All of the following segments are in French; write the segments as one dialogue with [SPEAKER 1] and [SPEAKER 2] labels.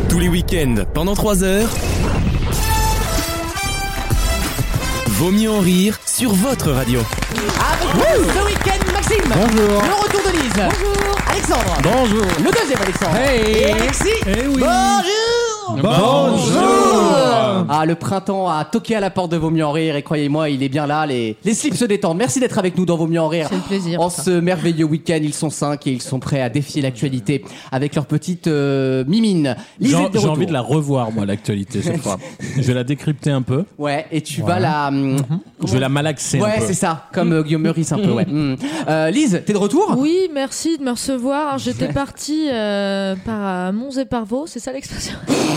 [SPEAKER 1] Tous les week-ends, pendant 3 heures, Vaut mieux en rire sur votre radio.
[SPEAKER 2] Avec nous ce week-end, Maxime.
[SPEAKER 3] Bonjour.
[SPEAKER 2] Le retour de Lise. Bonjour. Alexandre.
[SPEAKER 3] Bonjour.
[SPEAKER 2] Le deuxième Alexandre.
[SPEAKER 3] Hey.
[SPEAKER 2] Et Alexis.
[SPEAKER 3] Eh oui.
[SPEAKER 2] Bonjour.
[SPEAKER 3] Bonjour.
[SPEAKER 2] Ah, le printemps a toqué à la porte de Vaut mieux en rire et croyez-moi, il est bien là. Les slips se détendent. Merci d'être avec nous dans Vaut mieux en rire.
[SPEAKER 4] C'est le plaisir.
[SPEAKER 2] En ce merveilleux week-end, ils sont 5 et ils sont prêts à défier l'actualité avec leur petite mimine. Lise est de
[SPEAKER 5] J'ai
[SPEAKER 2] retour.
[SPEAKER 5] envie de la revoir, moi, l'actualité, cette fois. Je vais la décrypter un peu.
[SPEAKER 2] Ouais, et tu vas la...
[SPEAKER 5] Je vais la malaxer un peu.
[SPEAKER 2] Ouais, c'est ça, comme Guillaume Meurice un peu, ouais. Lise, t'es de retour ?
[SPEAKER 4] Oui, merci de me recevoir. J'étais partie par Mons et par Vaux, c'est ça l'expression ?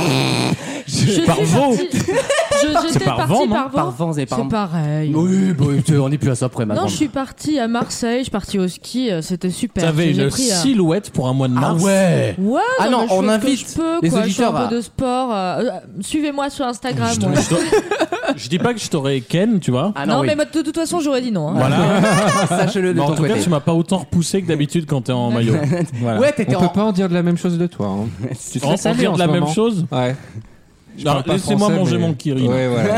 [SPEAKER 5] Par Vaux.
[SPEAKER 4] J'étais
[SPEAKER 5] par
[SPEAKER 4] partie
[SPEAKER 5] vent, non
[SPEAKER 4] par Vaux.
[SPEAKER 2] Par vent et par...
[SPEAKER 4] C'est pareil.
[SPEAKER 2] Oui, bon, on n'est plus à ça près maintenant.
[SPEAKER 4] Non, je suis partie à Marseille, je suis partie au ski, c'était super.
[SPEAKER 5] T'avais
[SPEAKER 4] J'ai
[SPEAKER 5] une
[SPEAKER 4] pris,
[SPEAKER 5] silhouette pour un mois de mars.
[SPEAKER 2] Ah ouais.
[SPEAKER 4] Ouais,
[SPEAKER 2] Ah non,
[SPEAKER 4] mais je
[SPEAKER 2] on
[SPEAKER 4] fais ce que
[SPEAKER 2] invite
[SPEAKER 4] je peux,
[SPEAKER 2] les
[SPEAKER 4] quoi.
[SPEAKER 2] auditeurs
[SPEAKER 4] Je fais un
[SPEAKER 2] à-
[SPEAKER 4] peu de sport. Suivez-moi sur Instagram. ouais.
[SPEAKER 5] Je dis pas que je t'aurais ken, tu vois.
[SPEAKER 2] Ah
[SPEAKER 4] non,
[SPEAKER 2] oui.
[SPEAKER 4] mais de toute façon, j'aurais dit non. hein.
[SPEAKER 5] Voilà.
[SPEAKER 2] Sache-le de
[SPEAKER 5] Mais en
[SPEAKER 2] ton
[SPEAKER 5] tout cas,
[SPEAKER 2] côté.
[SPEAKER 5] tu m'as pas autant repoussé que d'habitude quand t'es en maillot. Voilà.
[SPEAKER 2] Ouais, t'étais
[SPEAKER 3] On
[SPEAKER 2] en...
[SPEAKER 3] peut pas en dire de la même chose de toi. Hein. Tu te
[SPEAKER 5] On
[SPEAKER 3] laisses aller
[SPEAKER 5] dire
[SPEAKER 3] en
[SPEAKER 5] de
[SPEAKER 3] ce
[SPEAKER 5] la même
[SPEAKER 3] moment.
[SPEAKER 5] chose.
[SPEAKER 3] Ouais.
[SPEAKER 5] Non, laissez-moi manger mon kiri.
[SPEAKER 3] Ouais, voilà.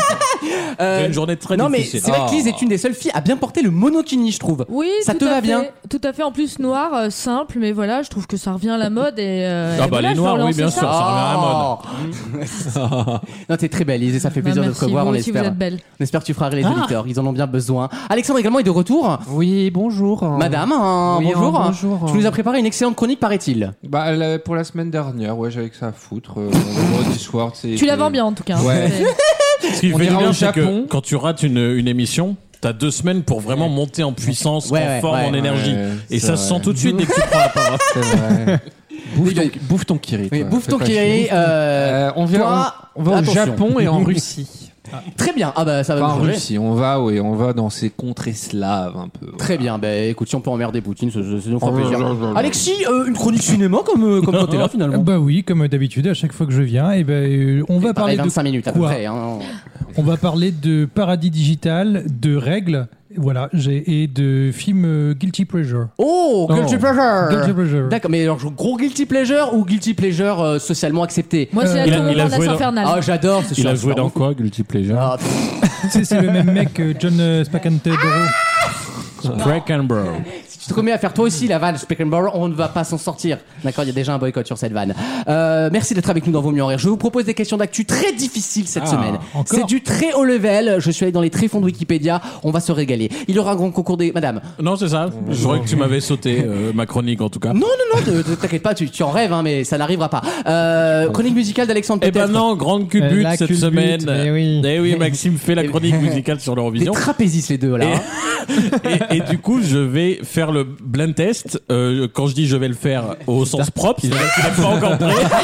[SPEAKER 5] J'ai une journée très
[SPEAKER 2] Non mais
[SPEAKER 5] difficile.
[SPEAKER 2] c'est vrai que Lise est une des seules filles à bien porter le monokini, je trouve.
[SPEAKER 4] Oui,
[SPEAKER 2] Ça
[SPEAKER 4] tout
[SPEAKER 2] te
[SPEAKER 4] à
[SPEAKER 2] va
[SPEAKER 4] fait,
[SPEAKER 2] bien.
[SPEAKER 4] tout à fait. En plus noir, simple, mais voilà, je trouve que ça revient à la mode et.
[SPEAKER 5] Ah bah
[SPEAKER 4] voilà,
[SPEAKER 5] les
[SPEAKER 4] je vais
[SPEAKER 5] noirs, oui,
[SPEAKER 4] relancer
[SPEAKER 5] bien
[SPEAKER 4] ça.
[SPEAKER 5] sûr, ça revient à la mode.
[SPEAKER 2] Non, t'es très belle, Lise, et ça fait plaisir de te
[SPEAKER 4] Merci,
[SPEAKER 2] revoir.
[SPEAKER 4] vous
[SPEAKER 2] On
[SPEAKER 4] aussi,
[SPEAKER 2] espère.
[SPEAKER 4] vous êtes belle.
[SPEAKER 2] On espère que tu feras rire les auditeurs. Ils en ont bien besoin. Alexandre également est de retour.
[SPEAKER 3] Oui, bonjour.
[SPEAKER 2] Madame,
[SPEAKER 3] Oui,
[SPEAKER 2] bonjour.
[SPEAKER 3] bonjour.
[SPEAKER 2] Tu nous as préparé une excellente chronique, paraît-il.
[SPEAKER 3] Bah, pour la semaine dernière, ouais, j'avais que ça à foutre. Vendredi soir,
[SPEAKER 4] Tu la vends bien en tout cas.
[SPEAKER 3] Ouais.
[SPEAKER 5] Ce qui
[SPEAKER 3] On
[SPEAKER 5] fait du
[SPEAKER 3] ira
[SPEAKER 5] bien,
[SPEAKER 3] au
[SPEAKER 5] c'est
[SPEAKER 3] Japon.
[SPEAKER 5] que quand tu rates une émission, t'as 2 semaines pour vraiment monter en puissance,
[SPEAKER 2] Ouais,
[SPEAKER 5] en
[SPEAKER 2] ouais,
[SPEAKER 5] forme,
[SPEAKER 2] ouais.
[SPEAKER 5] en énergie.
[SPEAKER 3] Ouais,
[SPEAKER 5] Et
[SPEAKER 3] c'est
[SPEAKER 5] ça se
[SPEAKER 3] vrai.
[SPEAKER 5] sent tout de suite dès que tu prends la parole.
[SPEAKER 3] C'est vrai. Bouffe ton kiri.
[SPEAKER 2] Oui,
[SPEAKER 3] toi,
[SPEAKER 2] bouffe
[SPEAKER 3] fais
[SPEAKER 2] ton
[SPEAKER 3] pas
[SPEAKER 2] kiri.
[SPEAKER 3] chier.
[SPEAKER 2] Toi,
[SPEAKER 3] On va au
[SPEAKER 2] attention.
[SPEAKER 3] Japon et en Russie.
[SPEAKER 2] Très bien. Ah bah ça va
[SPEAKER 3] Enfin,
[SPEAKER 2] nous
[SPEAKER 3] en
[SPEAKER 2] changer.
[SPEAKER 3] Russie, on va dans ces contrées slaves un peu.
[SPEAKER 2] Très bien. Bah écoute, si on peut emmerder Poutine, ça nous fera
[SPEAKER 3] Oh,
[SPEAKER 2] plaisir.
[SPEAKER 3] là, là, là, là.
[SPEAKER 2] Alexis, une chronique cinéma comme quand t'es là finalement.
[SPEAKER 6] Bah oui, comme d'habitude, à chaque fois que je viens, on va
[SPEAKER 2] Pareil,
[SPEAKER 6] parler de
[SPEAKER 2] 25 minutes à peu
[SPEAKER 6] quoi
[SPEAKER 2] près. Hein.
[SPEAKER 6] On va parler de paradis digital, de règles, voilà, et de films guilty pleasure.
[SPEAKER 2] Oh, guilty
[SPEAKER 3] Oh.
[SPEAKER 2] pleasure.
[SPEAKER 6] Guilty pleasure.
[SPEAKER 2] D'accord, mais alors gros guilty pleasure ou guilty pleasure socialement accepté?
[SPEAKER 4] Moi, c'est
[SPEAKER 5] Il
[SPEAKER 4] la
[SPEAKER 5] a-
[SPEAKER 4] tour
[SPEAKER 5] il a
[SPEAKER 4] de
[SPEAKER 5] joué dans-
[SPEAKER 4] infernale.
[SPEAKER 2] Ah, j'adore ce
[SPEAKER 5] Il a
[SPEAKER 2] chien,
[SPEAKER 5] joué
[SPEAKER 2] c'est
[SPEAKER 5] dans
[SPEAKER 2] vraiment
[SPEAKER 5] quoi, Guilty Pleasure?
[SPEAKER 2] Ah,
[SPEAKER 6] C'est le même mec que John Spackenborough.
[SPEAKER 5] Sprackenborough.
[SPEAKER 2] Si tu te remets à faire toi aussi la vanne Speckenborough, on ne va pas s'en sortir. D'accord, il y a déjà un boycott sur cette vanne. Merci d'être avec nous dans Vaut mieux en rire. Je vous propose des questions d'actu très difficiles cette semaine.
[SPEAKER 6] encore
[SPEAKER 2] C'est du très haut level. Je suis allé dans les tréfonds de Wikipédia. On va se régaler. Il y aura un grand concours des... Madame.
[SPEAKER 5] Non, c'est ça. Je croyais que tu m'avais sauté ma chronique, en tout cas.
[SPEAKER 2] Non, t'inquiète pas, tu en rêves, hein, mais ça n'arrivera pas. Chronique musicale d'Alexandre
[SPEAKER 5] Eh ben
[SPEAKER 2] peut-être.
[SPEAKER 5] non, grande culbute
[SPEAKER 6] La
[SPEAKER 5] cette
[SPEAKER 6] culbute,
[SPEAKER 5] semaine.
[SPEAKER 6] mais oui.
[SPEAKER 5] Eh oui, Maxime fait la chronique musicale sur
[SPEAKER 2] Des
[SPEAKER 5] l'Eurovision.
[SPEAKER 2] trapézistes les deux là. hein.
[SPEAKER 5] Et du coup, je vais faire le blind test. Quand je dis je vais le faire au sens propre, c'est-à-dire qu'il n'est pas encore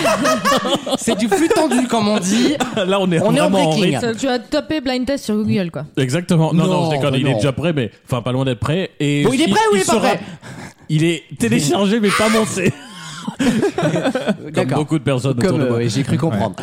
[SPEAKER 5] prêt.
[SPEAKER 2] C'est du flux tendu comme on dit.
[SPEAKER 5] Là, on est
[SPEAKER 2] On est en
[SPEAKER 5] vraiment en
[SPEAKER 2] breaking.
[SPEAKER 5] rythme.
[SPEAKER 4] Tu vas taper blind test sur Google quoi.
[SPEAKER 5] Exactement. Non,
[SPEAKER 2] Non,
[SPEAKER 5] je déconne.
[SPEAKER 2] bah
[SPEAKER 5] Il
[SPEAKER 2] non.
[SPEAKER 5] est déjà prêt, mais enfin pas loin d'être prêt. Et
[SPEAKER 2] Bon, il est prêt ou il est pas prêt
[SPEAKER 5] Il est téléchargé, mais pas monté. Comme
[SPEAKER 2] D'accord.
[SPEAKER 5] beaucoup de personnes autour
[SPEAKER 2] Comme
[SPEAKER 5] de moi.
[SPEAKER 2] oui, j'ai cru comprendre.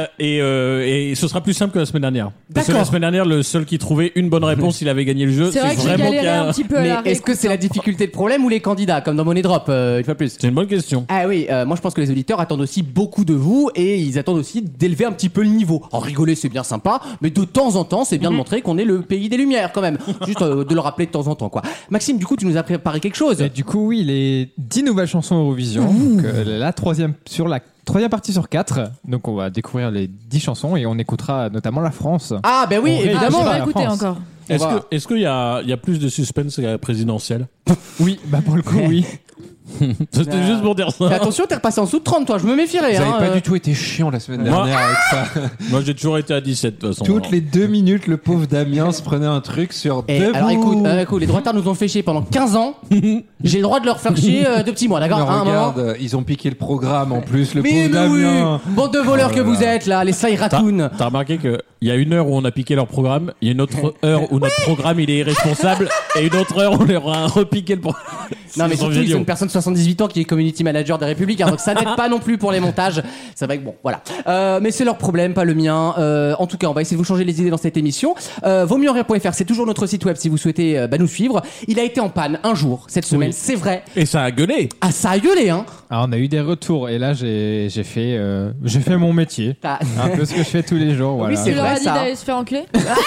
[SPEAKER 5] Et ce sera plus simple que la semaine dernière. Parce que
[SPEAKER 2] D'accord.
[SPEAKER 5] la semaine dernière, le seul qui trouvait une bonne réponse, il avait gagné le jeu.
[SPEAKER 4] C'est vrai que j'ai
[SPEAKER 5] vraiment
[SPEAKER 4] galéré
[SPEAKER 5] qu'il y a-
[SPEAKER 4] un petit peu à
[SPEAKER 2] Mais
[SPEAKER 4] la
[SPEAKER 2] est-ce que c'est la difficulté de problème ou les candidats, comme dans Money Drop, une fois plus?
[SPEAKER 5] C'est une bonne question.
[SPEAKER 2] Ah oui, moi je pense que les auditeurs attendent aussi beaucoup de vous et ils attendent aussi d'élever un petit peu le niveau. En rigoler c'est bien sympa, mais de temps en temps c'est bien de montrer qu'on est le pays des lumières quand même. Juste de le rappeler de temps en temps quoi. Maxime, du coup tu nous as préparé quelque chose.
[SPEAKER 7] Et du coup, oui, les 10 nouvelles chansons Eurovision. Donc, la troisième partie sur 4. Donc, on va découvrir les 10 chansons et on écoutera notamment la France.
[SPEAKER 2] Ah ben oui,
[SPEAKER 7] On
[SPEAKER 4] Ah,
[SPEAKER 2] évidemment.
[SPEAKER 4] j'ai pas
[SPEAKER 7] la
[SPEAKER 4] écouté
[SPEAKER 7] France.
[SPEAKER 4] encore.
[SPEAKER 5] Est-ce qu'il y a plus de suspense qu'à la présidentielle?
[SPEAKER 7] Oui, bah pour le coup, oui.
[SPEAKER 5] C'était juste pour dire
[SPEAKER 2] Fais
[SPEAKER 5] ça.
[SPEAKER 2] attention, t'es repassé en dessous de 30 toi, je me méfierais.
[SPEAKER 3] Vous
[SPEAKER 2] hein,
[SPEAKER 3] avez pas du tout été chiant la semaine
[SPEAKER 5] Moi-
[SPEAKER 3] dernière avec ça.
[SPEAKER 5] Moi, j'ai toujours été à 17 de toute façon.
[SPEAKER 3] Toutes les 2 minutes, le pauvre Damien se prenait un truc sur
[SPEAKER 2] Et
[SPEAKER 3] Debout.
[SPEAKER 2] alors écoute, les droitards nous ont fait chier pendant 15 ans. J'ai le droit de leur faire chier 2 petits mois, d'accord?
[SPEAKER 3] Mais
[SPEAKER 2] Hein, à un moment.
[SPEAKER 3] regarde, ils ont piqué le programme en plus, le
[SPEAKER 2] Mais
[SPEAKER 3] pauvre
[SPEAKER 2] oui,
[SPEAKER 3] Damien.
[SPEAKER 2] bande de voleurs que vous êtes là, les Sly Raccoon.
[SPEAKER 5] T'as remarqué qu'il y a une heure où on a piqué leur programme, il y a une autre heure où notre programme il est irresponsable, et une autre heure où on leur a repiqué le programme.
[SPEAKER 2] Non mais
[SPEAKER 5] Ils sont
[SPEAKER 2] surtout ils
[SPEAKER 5] géniaux.
[SPEAKER 2] sont une personne de 78 ans qui est community manager des Républiques, donc ça n'aide pas non plus pour les montages. Ça va être bon, voilà. Mais c'est leur problème, pas le mien. En tout cas, on va essayer de vous changer les idées dans cette émission. Vautmieuxenrire.fr, c'est toujours notre site web si vous souhaitez nous suivre. Il a été en panne un jour cette semaine, c'est vrai.
[SPEAKER 5] Et ça a gueulé.
[SPEAKER 2] Ah, ça a gueulé, hein.
[SPEAKER 7] Alors, on a eu des retours et là j'ai fait mon métier, un peu ce que je fais tous les jours. Voilà.
[SPEAKER 2] Oui, c'est
[SPEAKER 4] Tu leur
[SPEAKER 2] vrai,
[SPEAKER 4] as dit
[SPEAKER 2] ça.
[SPEAKER 4] d'aller se faire enculer?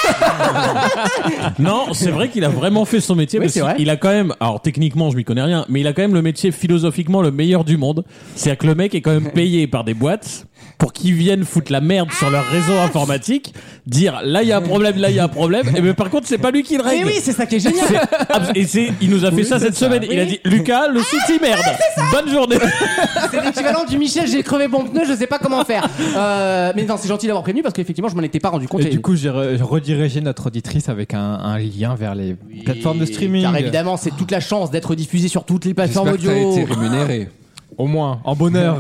[SPEAKER 5] Non, c'est vrai qu'il a vraiment fait son métier.
[SPEAKER 2] Oui,
[SPEAKER 5] parce
[SPEAKER 2] c'est vrai.
[SPEAKER 5] qu'il a quand même, alors techniquement, je m'y connais rien, mais il a quand même le métier philosophiquement le meilleur du monde. C'est-à-dire que le mec est quand même payé par des boîtes pour qu'ils viennent foutre la merde sur leur réseau informatique, dire là il y a un problème, là il y a un problème, et mais par contre c'est pas lui qui le
[SPEAKER 2] Mais
[SPEAKER 5] règle.
[SPEAKER 2] oui, c'est ça qui est génial.
[SPEAKER 5] Il nous a fait ça cette semaine. Il a dit Lucas, le site il merde. Bonne journée.
[SPEAKER 2] C'est l'équivalent du Michel, j'ai crevé mon pneu, je sais pas comment faire. Mais non, c'est gentil d'avoir prévenu parce qu'effectivement, je m'en étais pas rendu compte.
[SPEAKER 7] Et du coup, j'ai redirigé notre auditrice avec un lien vers les plateformes de streaming.
[SPEAKER 2] Car évidemment, c'est toute la chance d'être diffusé sur toutes les plateformes
[SPEAKER 3] J'espère que
[SPEAKER 2] audio.
[SPEAKER 3] t'as été rémunéré.
[SPEAKER 7] Au moins, en bonheur.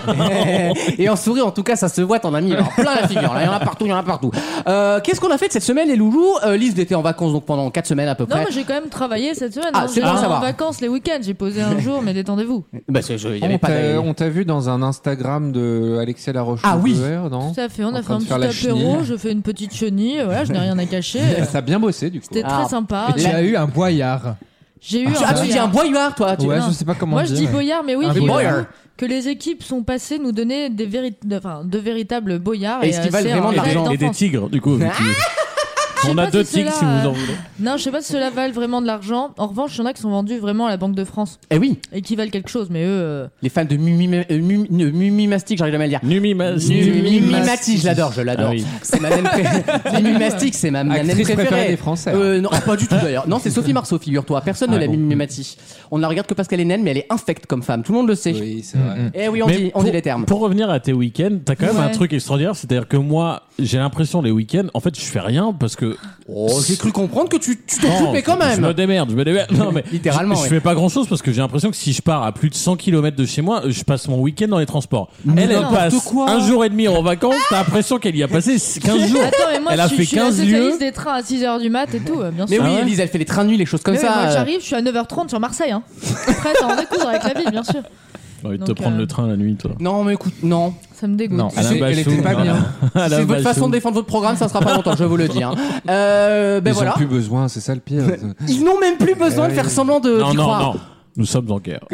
[SPEAKER 2] Et en sourire, en tout cas, ça se voit, t'en as mis alors, plein la figure. Là, il y en a partout. Qu'est-ce qu'on a fait de cette semaine, les loulous? Lise était en vacances donc pendant 4 semaines à peu
[SPEAKER 4] Non,
[SPEAKER 2] près.
[SPEAKER 4] mais j'ai quand même travaillé cette semaine.
[SPEAKER 2] Ah,
[SPEAKER 4] hein.
[SPEAKER 2] c'est
[SPEAKER 4] J'étais
[SPEAKER 2] bon à savoir.
[SPEAKER 4] en vacances les week-ends. J'ai posé un jour, mais détendez-vous.
[SPEAKER 2] Bah, il y avait pas de...
[SPEAKER 3] On t'a vu dans un Instagram de Alexia Laroche.
[SPEAKER 2] Ah oui.
[SPEAKER 3] non?
[SPEAKER 4] Tout à fait. On
[SPEAKER 3] En
[SPEAKER 4] a fait
[SPEAKER 3] train
[SPEAKER 4] un
[SPEAKER 3] de
[SPEAKER 4] petit
[SPEAKER 3] faire la
[SPEAKER 4] apéro.
[SPEAKER 3] chenille.
[SPEAKER 4] Je fais une petite chenille. Voilà, je n'ai rien à cacher.
[SPEAKER 3] Ça a bien bossé du coup.
[SPEAKER 4] C'était
[SPEAKER 2] Ah.
[SPEAKER 4] très sympa.
[SPEAKER 7] Et tu as eu un boyard.
[SPEAKER 4] J'ai eu
[SPEAKER 2] Ah, tu dis un boyard, toi.
[SPEAKER 7] Ouais,
[SPEAKER 4] non.
[SPEAKER 7] je sais pas comment
[SPEAKER 4] Moi,
[SPEAKER 7] dire.
[SPEAKER 4] je dis boyard, mais oui,
[SPEAKER 7] Un
[SPEAKER 4] figurez-vous
[SPEAKER 2] boyard.
[SPEAKER 4] que les équipes sont passées nous donner de véritables boyards.
[SPEAKER 2] Est-ce qu'ils valent
[SPEAKER 4] c'est
[SPEAKER 2] vraiment
[SPEAKER 4] un
[SPEAKER 2] de
[SPEAKER 4] rêve
[SPEAKER 2] l'argent
[SPEAKER 5] Et des
[SPEAKER 4] d'enfance.
[SPEAKER 5] tigres, du coup.
[SPEAKER 4] Je sais
[SPEAKER 5] On a
[SPEAKER 4] pas
[SPEAKER 5] 2
[SPEAKER 4] si
[SPEAKER 5] tigres
[SPEAKER 4] cela,
[SPEAKER 5] si vous en voulez.
[SPEAKER 4] Non, je sais pas si cela valent vraiment de l'argent. En revanche, il y en a qui sont vendus vraiment à la Banque de France
[SPEAKER 2] Eh oui,
[SPEAKER 4] et qui valent quelque chose, mais eux.
[SPEAKER 2] les fans de Mumimastic, j'arrive jamais à le dire. Mimimati, je l'adore.
[SPEAKER 5] Ah oui.
[SPEAKER 2] C'est ma naine préférée. Mimimasti, c'est ma naine
[SPEAKER 3] Actrice préférée
[SPEAKER 2] préférée.
[SPEAKER 3] des Français.
[SPEAKER 2] Non, pas du tout d'ailleurs. Non, c'est Sophie Marceau, figure-toi. Personne ne
[SPEAKER 3] Ah
[SPEAKER 2] l'a
[SPEAKER 3] bon.
[SPEAKER 2] Mimimati. On ne la regarde que parce qu'elle est naine, mais elle est infecte comme femme. Tout le monde le sait.
[SPEAKER 3] Oui, c'est vrai.
[SPEAKER 2] Eh oui, on
[SPEAKER 5] Mais
[SPEAKER 2] dit les termes.
[SPEAKER 5] Pour revenir à tes week-ends, t'as quand même un
[SPEAKER 4] Ouais.
[SPEAKER 5] truc extraordinaire, c'est-à-dire que moi, j'ai l'impression les week-ends, en fait, je fais rien parce que.
[SPEAKER 2] Oh, j'ai cru comprendre que tu t'occupes,
[SPEAKER 5] Non,
[SPEAKER 2] mais quand
[SPEAKER 5] Je me
[SPEAKER 2] même.
[SPEAKER 5] démerde. Non, mais
[SPEAKER 2] Littéralement,
[SPEAKER 5] Je
[SPEAKER 2] ouais.
[SPEAKER 5] fais pas grand-chose parce que j'ai l'impression que si je pars à plus de 100 km de chez moi, je passe mon week-end dans les transports. Elle
[SPEAKER 2] n'importe
[SPEAKER 5] passe
[SPEAKER 2] quoi.
[SPEAKER 5] un jour et demi en vacances, t'as l'impression qu'elle y a passé 15 jours.
[SPEAKER 4] Attends, mais moi,
[SPEAKER 5] Elle a
[SPEAKER 4] je
[SPEAKER 5] fait
[SPEAKER 4] suis la
[SPEAKER 5] 15
[SPEAKER 4] spécialiste
[SPEAKER 5] lieux.
[SPEAKER 4] des trains à 6h du mat et tout, bien
[SPEAKER 2] Mais
[SPEAKER 4] sûr.
[SPEAKER 2] oui,
[SPEAKER 5] ouais
[SPEAKER 2] Elise, elle fait les trains de nuit, les choses comme
[SPEAKER 4] Mais oui,
[SPEAKER 2] ça.
[SPEAKER 4] moi, j'arrive, je suis à 9h30 sur Marseille. Hein. Prête à en découdre avec la vie, bien sûr.
[SPEAKER 5] J'ai envie de te
[SPEAKER 4] Donc,
[SPEAKER 5] prendre le train la nuit, toi.
[SPEAKER 2] Non, mais écoute, non.
[SPEAKER 4] Ça me dégoûte.
[SPEAKER 7] Non.
[SPEAKER 3] Elle était pas bien.
[SPEAKER 2] C'est votre façon de défendre votre programme, ça sera pas longtemps, je vais vous le dire. Ben
[SPEAKER 3] Ils
[SPEAKER 2] voilà.
[SPEAKER 3] ont plus besoin, c'est ça le pire.
[SPEAKER 2] Ils n'ont même plus besoin de faire semblant de
[SPEAKER 5] Non,
[SPEAKER 2] d'y
[SPEAKER 5] non,
[SPEAKER 2] croire.
[SPEAKER 5] non. Nous sommes en guerre.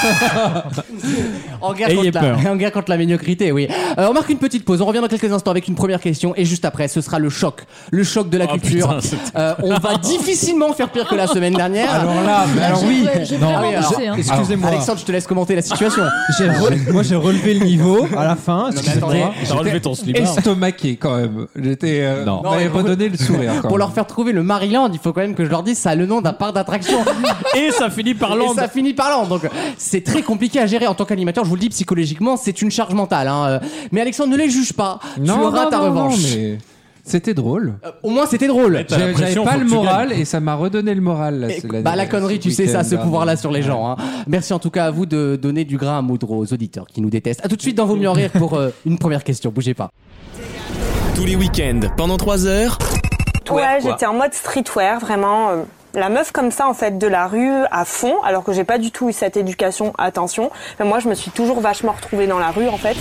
[SPEAKER 2] En guerre,
[SPEAKER 5] Ayez
[SPEAKER 2] contre
[SPEAKER 5] peur.
[SPEAKER 2] en guerre contre la médiocrité, oui. On marque une petite pause. On revient dans quelques instants avec une première question. Et juste après, ce sera le choc. Le choc de la
[SPEAKER 5] Oh,
[SPEAKER 2] culture.
[SPEAKER 5] putain, c'était-
[SPEAKER 2] On va difficilement faire pire que la semaine dernière.
[SPEAKER 7] Alors là, mais
[SPEAKER 4] Là,
[SPEAKER 7] alors oui.
[SPEAKER 4] J'ai
[SPEAKER 7] Non,
[SPEAKER 4] vraiment
[SPEAKER 2] oui, alors,
[SPEAKER 4] bossé. Hein.
[SPEAKER 7] Excusez-moi.
[SPEAKER 2] Alexandre, je te laisse commenter la situation.
[SPEAKER 7] Moi, j'ai relevé le niveau à la fin.
[SPEAKER 2] mais attendez.
[SPEAKER 7] Excusez-moi.
[SPEAKER 5] T'as relevé ton slibard.
[SPEAKER 3] Estomaqué quand même. J'étais.
[SPEAKER 7] Non.
[SPEAKER 3] On m'avait
[SPEAKER 2] Non, mais
[SPEAKER 3] redonné le sourire. Quand
[SPEAKER 2] Pour
[SPEAKER 3] même.
[SPEAKER 2] leur faire trouver le Maryland, il faut quand même que je leur dise ça a le nom d'un parc d'attraction.
[SPEAKER 5] Et ça finit par
[SPEAKER 2] Et
[SPEAKER 5] land.
[SPEAKER 2] ça finit par là. Donc c'est très compliqué à gérer en tant qu'animateur. Je vous le dis psychologiquement, c'est une charge mentale. Hein. Mais Alexandre, ne les juge pas. tu auras ta revanche.
[SPEAKER 3] mais c'était drôle.
[SPEAKER 2] Au moins, c'était drôle.
[SPEAKER 5] T'as la
[SPEAKER 3] J'avais
[SPEAKER 5] pression,
[SPEAKER 3] pas
[SPEAKER 5] faut
[SPEAKER 3] le
[SPEAKER 5] que tu
[SPEAKER 3] moral
[SPEAKER 5] gagnes.
[SPEAKER 3] et ça m'a redonné le moral. Là,
[SPEAKER 2] La connerie, tu sais ça, ce pouvoir-là sur les gens. Hein. Merci en tout cas à vous de donner du grain à moudre aux auditeurs qui nous détestent. À tout de suite dans Vaut mieux en rire pour une première question. Bougez pas.
[SPEAKER 1] Tous les week-ends, pendant 3 heures.
[SPEAKER 8] Ouais, j'étais en mode streetwear, vraiment la meuf comme ça en fait de la rue à fond, alors que j'ai pas du tout eu cette éducation, attention. Mais moi je me suis toujours vachement retrouvée dans la rue en fait.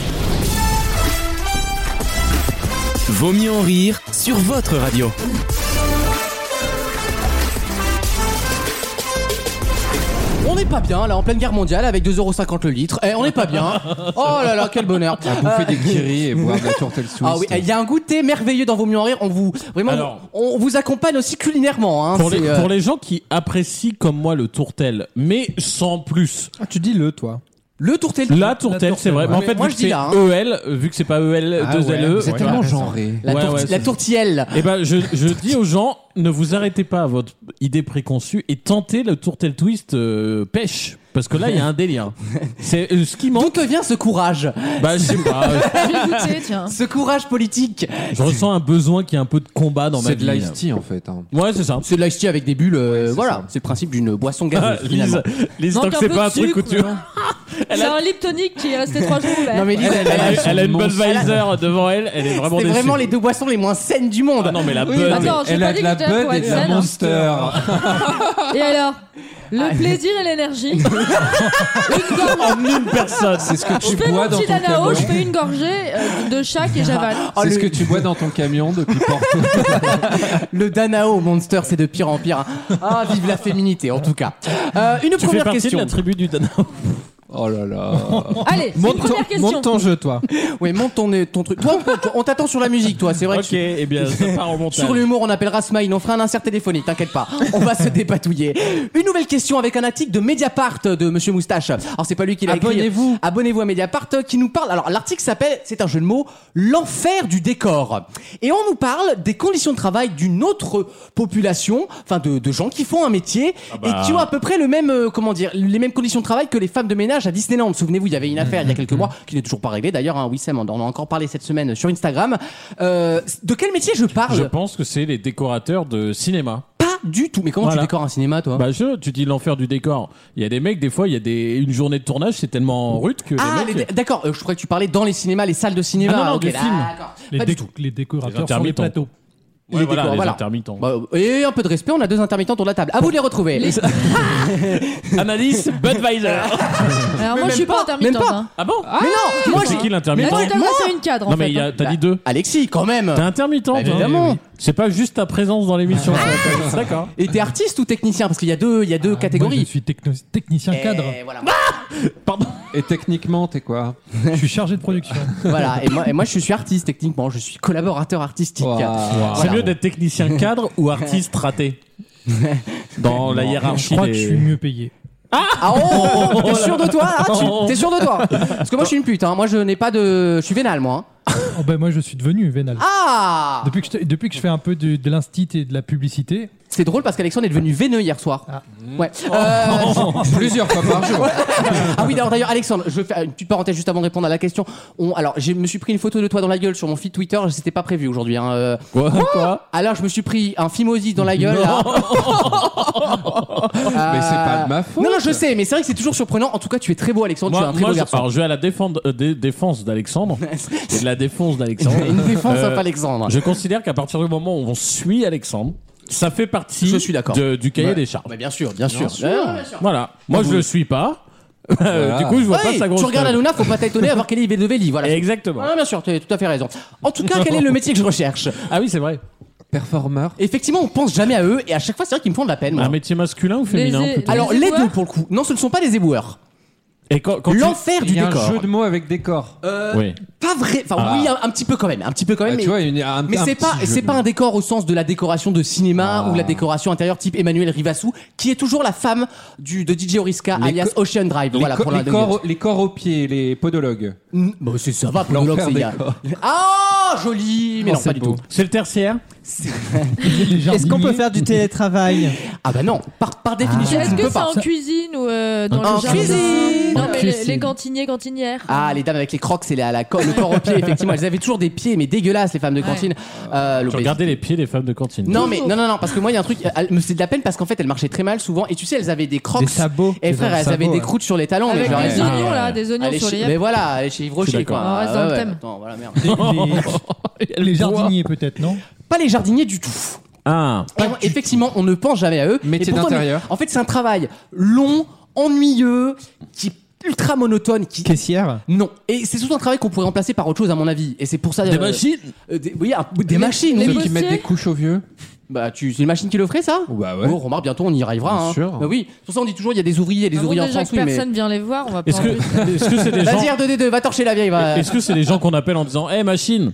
[SPEAKER 1] Vaut mieux en rire sur votre radio.
[SPEAKER 2] On n'est pas bien là en pleine guerre mondiale avec 2,50€ le litre. On n'est pas bien. Oh là là, quel bonheur.
[SPEAKER 3] Bouffer des kiris et boire de la tourtelle suisse.
[SPEAKER 2] Ah oui, il y a un goûter merveilleux dans Vaut mieux en rire. On vous on vous accompagne aussi culinairement. Hein.
[SPEAKER 5] Pour,
[SPEAKER 2] C'est,
[SPEAKER 5] pour les gens qui apprécient comme moi le tourtel, mais sans plus.
[SPEAKER 7] Ah, tu dis le, toi.
[SPEAKER 2] le tourtel.
[SPEAKER 5] La tourtelle, c'est vrai. Mais en
[SPEAKER 2] Mais
[SPEAKER 5] fait,
[SPEAKER 2] moi,
[SPEAKER 5] vu
[SPEAKER 2] je
[SPEAKER 5] que
[SPEAKER 2] dis
[SPEAKER 5] c'est
[SPEAKER 2] là, hein.
[SPEAKER 5] EL, vu que c'est pas EL,
[SPEAKER 7] Ah
[SPEAKER 5] 2
[SPEAKER 7] ouais,
[SPEAKER 5] LE.
[SPEAKER 7] c'est
[SPEAKER 3] C'est tellement
[SPEAKER 7] raison.
[SPEAKER 3] genré.
[SPEAKER 2] La,
[SPEAKER 5] Ouais, ouais,
[SPEAKER 2] la
[SPEAKER 5] c'est-
[SPEAKER 2] tourtielle.
[SPEAKER 5] Eh ben, je dis aux gens, ne vous arrêtez pas à votre idée préconçue et tentez le tourtel twist pêche. Parce que là, il y a un délire. C'est ce qui
[SPEAKER 2] D'où
[SPEAKER 5] manque.
[SPEAKER 2] te vient ce courage?
[SPEAKER 5] Bah, je sais pas.
[SPEAKER 4] Je vais goûter, tiens.
[SPEAKER 2] Ce courage politique.
[SPEAKER 5] Je ressens un besoin qu'il y ait un peu de combat dans ma
[SPEAKER 3] C'est
[SPEAKER 5] vie.
[SPEAKER 3] de l'ice tea en fait. Hein.
[SPEAKER 5] Ouais, c'est ça.
[SPEAKER 2] C'est de l'ice tea avec des bulles.
[SPEAKER 3] c'est
[SPEAKER 2] voilà,
[SPEAKER 3] ça.
[SPEAKER 2] c'est le principe d'une boisson
[SPEAKER 5] Ah,
[SPEAKER 2] gazeuse. finalement.
[SPEAKER 5] Lise, tant
[SPEAKER 4] Manque
[SPEAKER 5] que
[SPEAKER 4] un
[SPEAKER 5] c'est
[SPEAKER 4] peu
[SPEAKER 5] pas un
[SPEAKER 4] de
[SPEAKER 5] truc où
[SPEAKER 4] sucre,
[SPEAKER 5] tu.
[SPEAKER 4] non. C'est un lip tonic qui est resté 3 jours ouvert.
[SPEAKER 2] Non mais Lise,
[SPEAKER 5] Elle a une
[SPEAKER 3] monstre.
[SPEAKER 5] Budweiser devant elle, elle est vraiment
[SPEAKER 2] c'est
[SPEAKER 5] déçue.
[SPEAKER 2] vraiment les deux boissons les moins saines du monde.
[SPEAKER 5] Ah non, mais la
[SPEAKER 2] Oui,
[SPEAKER 5] Bud.
[SPEAKER 4] Attends, j'ai
[SPEAKER 3] Elle
[SPEAKER 4] pas
[SPEAKER 3] a
[SPEAKER 4] dit
[SPEAKER 3] de la
[SPEAKER 4] que j'étais là
[SPEAKER 3] Bud
[SPEAKER 4] pour
[SPEAKER 3] et
[SPEAKER 4] être
[SPEAKER 3] de la
[SPEAKER 4] saine.
[SPEAKER 3] Monster.
[SPEAKER 4] Et alors Le plaisir et l'énergie. Une gorgée.
[SPEAKER 5] En une personne.
[SPEAKER 3] C'est ce que
[SPEAKER 4] Je
[SPEAKER 3] tu
[SPEAKER 4] fais
[SPEAKER 3] bois
[SPEAKER 4] mon
[SPEAKER 3] dans
[SPEAKER 4] petit
[SPEAKER 3] ton
[SPEAKER 4] Danao,
[SPEAKER 3] camion.
[SPEAKER 4] je fais une gorgée de chaque et j'avale.
[SPEAKER 3] C'est ce que tu bois dans ton camion depuis Porto.
[SPEAKER 2] Le Danao Monster, c'est de pire en pire. Ah, vive la féminité, en tout cas. Une
[SPEAKER 5] Tu fais
[SPEAKER 2] première
[SPEAKER 5] partie
[SPEAKER 2] question.
[SPEAKER 5] de la tribu du Danao.
[SPEAKER 3] Oh là là.
[SPEAKER 4] Allez, une première question.
[SPEAKER 7] Monte ton jeu, toi.
[SPEAKER 2] Oui, monte ton truc. Toi, on t'attend sur la musique, toi. C'est vrai
[SPEAKER 5] Ok,
[SPEAKER 2] que
[SPEAKER 5] eh bien, ça part au montage.
[SPEAKER 2] sur l'humour, on appellera Smile. On fera un insert téléphonique, t'inquiète pas. On va se dépatouiller. Une nouvelle question avec un article de Mediapart de Monsieur Moustache. Alors, c'est pas lui qui l'a écrit.
[SPEAKER 7] Abonnez-vous.
[SPEAKER 2] Abonnez-vous à Mediapart qui nous parle. Alors, l'article s'appelle, c'est un jeu de mots, l'enfer du décor. Et on nous parle des conditions de travail d'une autre population, enfin de gens qui font un métier et qui ont à peu près le même, les mêmes conditions de travail que les femmes de ménage à Disneyland. Souvenez-vous, il y avait une affaire il y a quelques mois qui n'est toujours pas réglée. D'ailleurs, hein, Wissem, on en a encore parlé cette semaine sur Instagram. De quel métier je parle?
[SPEAKER 5] Je pense que c'est les décorateurs de cinéma.
[SPEAKER 2] Pas du tout. Mais comment
[SPEAKER 5] Voilà.
[SPEAKER 2] tu décores un cinéma, toi?
[SPEAKER 5] Bah, tu dis l'enfer du décor. Il y a des mecs, des fois, il y a une journée de tournage, c'est tellement rude que
[SPEAKER 2] Ah,
[SPEAKER 5] les mecs.
[SPEAKER 2] d'accord. Je croyais que tu parlais dans les cinémas, les salles de cinéma.
[SPEAKER 5] Ah non, non,
[SPEAKER 2] Ok,
[SPEAKER 5] du film.
[SPEAKER 2] d'accord.
[SPEAKER 6] Les,
[SPEAKER 2] Pas du tout.
[SPEAKER 6] les décorateurs
[SPEAKER 5] Les
[SPEAKER 6] sur les
[SPEAKER 5] intermittents.
[SPEAKER 6] plateaux.
[SPEAKER 5] Ouais,
[SPEAKER 2] Les
[SPEAKER 5] voilà,
[SPEAKER 2] décors,
[SPEAKER 5] les
[SPEAKER 2] voilà.
[SPEAKER 5] intermittents.
[SPEAKER 2] Bah, et un peu de respect, on a deux intermittents autour de la table. À vous de les retrouver.
[SPEAKER 5] Analyse Budweiser.
[SPEAKER 4] Alors moi je suis pas intermittente.
[SPEAKER 2] même pas.
[SPEAKER 4] Hein.
[SPEAKER 5] Ah bon?
[SPEAKER 2] Mais non, moi
[SPEAKER 5] C'est
[SPEAKER 2] j'ai.
[SPEAKER 5] qui l'intermittent?
[SPEAKER 4] Moi je t'adresse à une cadre en
[SPEAKER 5] Non,
[SPEAKER 4] fait.
[SPEAKER 5] mais t'as dit deux.
[SPEAKER 2] Alexis, quand même.
[SPEAKER 5] T'es intermittent,
[SPEAKER 2] Bah,
[SPEAKER 5] toi.
[SPEAKER 2] évidemment.
[SPEAKER 5] Oui. C'est pas juste ta présence dans l'émission. D'accord.
[SPEAKER 2] Et t'es artiste ou technicien? Parce qu'il y a deux
[SPEAKER 6] Moi, je
[SPEAKER 2] catégories.
[SPEAKER 6] suis technicien cadre.
[SPEAKER 2] Et voilà.
[SPEAKER 5] Pardon.
[SPEAKER 3] Et techniquement, t'es quoi?
[SPEAKER 6] Je suis chargé de production.
[SPEAKER 2] Voilà. Et moi, je suis artiste techniquement. Je suis collaborateur artistique.
[SPEAKER 3] Wow.
[SPEAKER 5] C'est mieux d'être technicien cadre ou artiste raté dans la
[SPEAKER 6] Je
[SPEAKER 5] hiérarchie.
[SPEAKER 6] crois que je suis mieux payé.
[SPEAKER 2] Ah oh, t'es sûr de toi là? T'es sûr de toi? Parce que moi, je suis une pute. Hein. Moi, je n'ai pas de. Je suis vénal, moi. Hein.
[SPEAKER 6] Oh, ben, moi, je suis devenu vénal.
[SPEAKER 2] Ah.
[SPEAKER 6] Depuis que je fais un peu de l'instit et de la publicité,
[SPEAKER 2] C'est drôle parce qu'Alexandre est devenu veineux hier soir.
[SPEAKER 6] Ah.
[SPEAKER 2] Ouais.
[SPEAKER 3] Plusieurs fois par jour.
[SPEAKER 2] Ah oui, d'ailleurs, Alexandre, je vais faire une petite parenthèse juste avant de répondre à la question. Alors, je me suis pris une photo de toi dans la gueule sur mon feed Twitter. C'était pas prévu aujourd'hui. Hein.
[SPEAKER 5] Quoi?
[SPEAKER 2] Alors, je me suis pris un phimosis dans la gueule. Là.
[SPEAKER 3] Mais c'est pas de ma faute.
[SPEAKER 2] Non, je sais, mais c'est vrai que c'est toujours surprenant. En tout cas, tu es très beau, Alexandre. Tu es un très beau garçon.
[SPEAKER 5] Alors, je vais à la défense d'Alexandre. Et de la défense d'Alexandre.
[SPEAKER 2] Une défense à Alexandre.
[SPEAKER 5] Je considère qu'à partir du moment où on suit Alexandre, ça fait partie
[SPEAKER 2] Je suis d'accord.
[SPEAKER 5] du cahier des charges.
[SPEAKER 2] Mais bien sûr, bien sûr.
[SPEAKER 5] Voilà. Moi, je le suis pas. Du coup, je vois pas
[SPEAKER 2] Ouais,
[SPEAKER 5] sa grosse
[SPEAKER 2] tu regardes
[SPEAKER 5] tête.
[SPEAKER 2] Hanouna, faut pas t'étonner à voir quel est de Véli. Voilà.
[SPEAKER 5] Exactement.
[SPEAKER 2] Ah, bien sûr, tu as tout à fait raison. En tout cas, quel est le métier que je recherche?
[SPEAKER 5] Ah oui, c'est vrai.
[SPEAKER 3] Performeur.
[SPEAKER 2] Effectivement, on pense jamais à eux et à chaque fois, c'est vrai qu'ils me font de la peine. Moi.
[SPEAKER 5] Un métier masculin ou féminin
[SPEAKER 4] Les-
[SPEAKER 5] plutôt
[SPEAKER 2] Alors,
[SPEAKER 4] Les
[SPEAKER 2] les
[SPEAKER 4] éboueurs
[SPEAKER 2] deux pour le coup. Non, ce ne sont pas des éboueurs.
[SPEAKER 5] Et quand tu...
[SPEAKER 2] L'enfer
[SPEAKER 3] Il
[SPEAKER 2] du
[SPEAKER 3] y a un
[SPEAKER 2] décor.
[SPEAKER 3] jeu de mots avec décor.
[SPEAKER 5] Oui.
[SPEAKER 2] Pas vrai. Enfin, oui, un petit peu quand même. Un petit peu quand même.
[SPEAKER 3] Ah,
[SPEAKER 2] mais
[SPEAKER 3] tu vois,
[SPEAKER 2] mais c'est pas un décor au sens de la décoration de cinéma ou la décoration intérieure type Emmanuel Rivassou, qui est toujours la femme de DJ Oriska,
[SPEAKER 3] Les
[SPEAKER 2] alias
[SPEAKER 3] co-
[SPEAKER 2] Ocean Drive. Voilà, pour
[SPEAKER 3] les corps aux pieds, les podologues.
[SPEAKER 2] Bah, ça va, podologue,
[SPEAKER 3] L'enfer
[SPEAKER 2] c'est
[SPEAKER 3] des
[SPEAKER 2] gars.
[SPEAKER 3] corps.
[SPEAKER 2] Ah, joli. Mais non,
[SPEAKER 3] c'est
[SPEAKER 2] pas du
[SPEAKER 3] beau.
[SPEAKER 2] tout.
[SPEAKER 5] C'est le tertiaire.
[SPEAKER 7] Est-ce qu'on peut faire du télétravail?
[SPEAKER 2] Ah bah non, par définition,
[SPEAKER 4] Est-ce
[SPEAKER 2] tu ne
[SPEAKER 4] que
[SPEAKER 2] peux
[SPEAKER 4] c'est
[SPEAKER 2] pas.
[SPEAKER 4] en cuisine ou dans
[SPEAKER 2] En
[SPEAKER 4] le jardin?
[SPEAKER 2] cuisine.
[SPEAKER 4] Non,
[SPEAKER 6] En
[SPEAKER 4] mais
[SPEAKER 6] cuisine.
[SPEAKER 4] les cantiniers, cantinières.
[SPEAKER 2] Ah, les dames avec les crocs, c'est le corps aux pieds, effectivement. Elles avaient toujours des pieds, mais dégueulasses, les femmes de cantine.
[SPEAKER 5] Tu regardais les pieds des femmes de cantine.
[SPEAKER 2] Non, mais non, parce que moi, il y a un truc, elle me fait de la peine parce qu'en fait, elles marchaient très mal souvent. Et tu sais, elles avaient des crocs.
[SPEAKER 7] Des sabots.
[SPEAKER 2] Et frère, elles avaient des croûtes sur les talons.
[SPEAKER 4] Avec
[SPEAKER 2] mais genre,
[SPEAKER 4] des
[SPEAKER 2] elles-
[SPEAKER 4] oignons là,
[SPEAKER 5] ouais.
[SPEAKER 4] des oignons
[SPEAKER 2] Allez
[SPEAKER 4] sur
[SPEAKER 2] chez-
[SPEAKER 4] les
[SPEAKER 2] mais
[SPEAKER 4] yeux.
[SPEAKER 2] voilà, allez chez Yves Rocher,
[SPEAKER 5] Je suis
[SPEAKER 2] quoi.
[SPEAKER 5] d'accord.
[SPEAKER 4] On reste dans le thème.
[SPEAKER 2] Attends, voilà, merde.
[SPEAKER 6] les jardiniers peut-être, non?
[SPEAKER 2] Pas les jardiniers du tout.
[SPEAKER 5] Ah.
[SPEAKER 2] Et effectivement, on ne pense jamais à eux.
[SPEAKER 3] Métier
[SPEAKER 2] Et pourtant,
[SPEAKER 3] d'intérieur.
[SPEAKER 2] En fait, c'est un travail long, ennuyeux, qui est ultra monotone.
[SPEAKER 7] Caissière?
[SPEAKER 2] Non. Et c'est surtout un travail qu'on pourrait remplacer par autre chose, à mon avis. Et c'est pour ça.
[SPEAKER 5] Des machines.
[SPEAKER 2] Oui, des machines.
[SPEAKER 4] les
[SPEAKER 2] oui.
[SPEAKER 3] Ceux qui mettent
[SPEAKER 4] postiers.
[SPEAKER 3] des couches aux vieux.
[SPEAKER 2] Bah, c'est une machine qui le ferait, ça?
[SPEAKER 3] Oh, bah ouais.
[SPEAKER 2] Oh, remarque, bientôt on y arrivera.
[SPEAKER 3] Bien
[SPEAKER 2] Hein.
[SPEAKER 3] sûr.
[SPEAKER 2] Bah oui. Pour ça, on dit toujours, il y a des ouvriers,
[SPEAKER 4] Avant
[SPEAKER 2] en
[SPEAKER 4] déjà
[SPEAKER 2] France,
[SPEAKER 4] que
[SPEAKER 2] oui, mais.
[SPEAKER 4] personne vient les voir, on va pas
[SPEAKER 5] Est-ce
[SPEAKER 4] en
[SPEAKER 5] que
[SPEAKER 4] plus.
[SPEAKER 5] est-ce que c'est des gens
[SPEAKER 2] Vas-y, R2D2, va torcher la vieille, va.
[SPEAKER 5] Est-ce que c'est des gens qu'on appelle en disant "Eh machine"?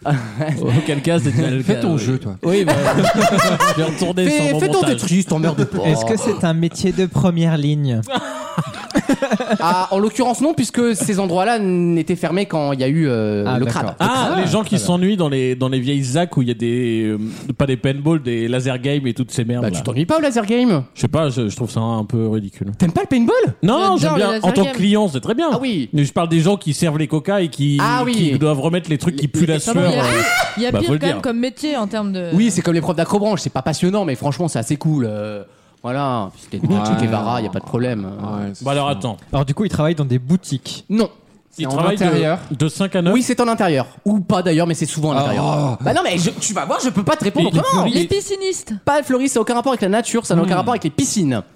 [SPEAKER 5] Auquel cas c'est
[SPEAKER 3] Fais ton jeu, toi.
[SPEAKER 5] Oui, bah, je vais retourner sur mon
[SPEAKER 2] Fais ton
[SPEAKER 5] montage.
[SPEAKER 2] Tetris, t'emmerdes pas.
[SPEAKER 7] Est-ce que c'est un métier de première ligne?
[SPEAKER 2] Ah, en l'occurrence, non, puisque ces endroits-là n'étaient fermés quand il y a eu le
[SPEAKER 7] d'accord.
[SPEAKER 2] crade.
[SPEAKER 5] Ah, les gens qui s'ennuient dans les vieilles ZAC où il y a des pas des paintball, des laser games et toutes ces merdes.
[SPEAKER 2] Bah,
[SPEAKER 5] là.
[SPEAKER 2] tu t'ennuies pas au laser game?
[SPEAKER 5] Je sais pas, je trouve ça un peu ridicule.
[SPEAKER 2] T'aimes pas le paintball?
[SPEAKER 5] Non, j'aime
[SPEAKER 4] J'adore
[SPEAKER 5] bien
[SPEAKER 4] le laser
[SPEAKER 5] en tant
[SPEAKER 4] game.
[SPEAKER 5] que client, c'est très bien.
[SPEAKER 2] Ah oui.
[SPEAKER 5] Mais je parle des gens qui servent les coca et qui doivent remettre les trucs qui puent la
[SPEAKER 2] ça,
[SPEAKER 5] sueur.
[SPEAKER 4] Il y a pire, il y a
[SPEAKER 5] Bah,
[SPEAKER 4] pire
[SPEAKER 5] faut le
[SPEAKER 4] quand même
[SPEAKER 5] dire.
[SPEAKER 4] comme métier en termes de.
[SPEAKER 2] Oui, c'est comme l'épreuve d'acrobranche, c'est pas passionnant, mais franchement, c'est assez cool. Voilà, puis c'était des Guevara, y a pas de problème.
[SPEAKER 5] Bah alors attends,
[SPEAKER 7] Alors du coup, il travaille dans des boutiques.
[SPEAKER 2] Non.
[SPEAKER 5] il
[SPEAKER 3] en
[SPEAKER 5] travaille
[SPEAKER 3] intérieur.
[SPEAKER 5] de 5 à 9.
[SPEAKER 2] Oui, c'est en intérieur. Ou pas d'ailleurs, mais c'est souvent en intérieur.
[SPEAKER 3] Oh.
[SPEAKER 2] Bah non, mais tu vas voir, je peux pas te répondre
[SPEAKER 5] Et-
[SPEAKER 2] autrement.
[SPEAKER 4] Les piscinistes.
[SPEAKER 2] Pas Floris, ça n'a aucun rapport avec la nature, ça n'a aucun rapport avec les piscines.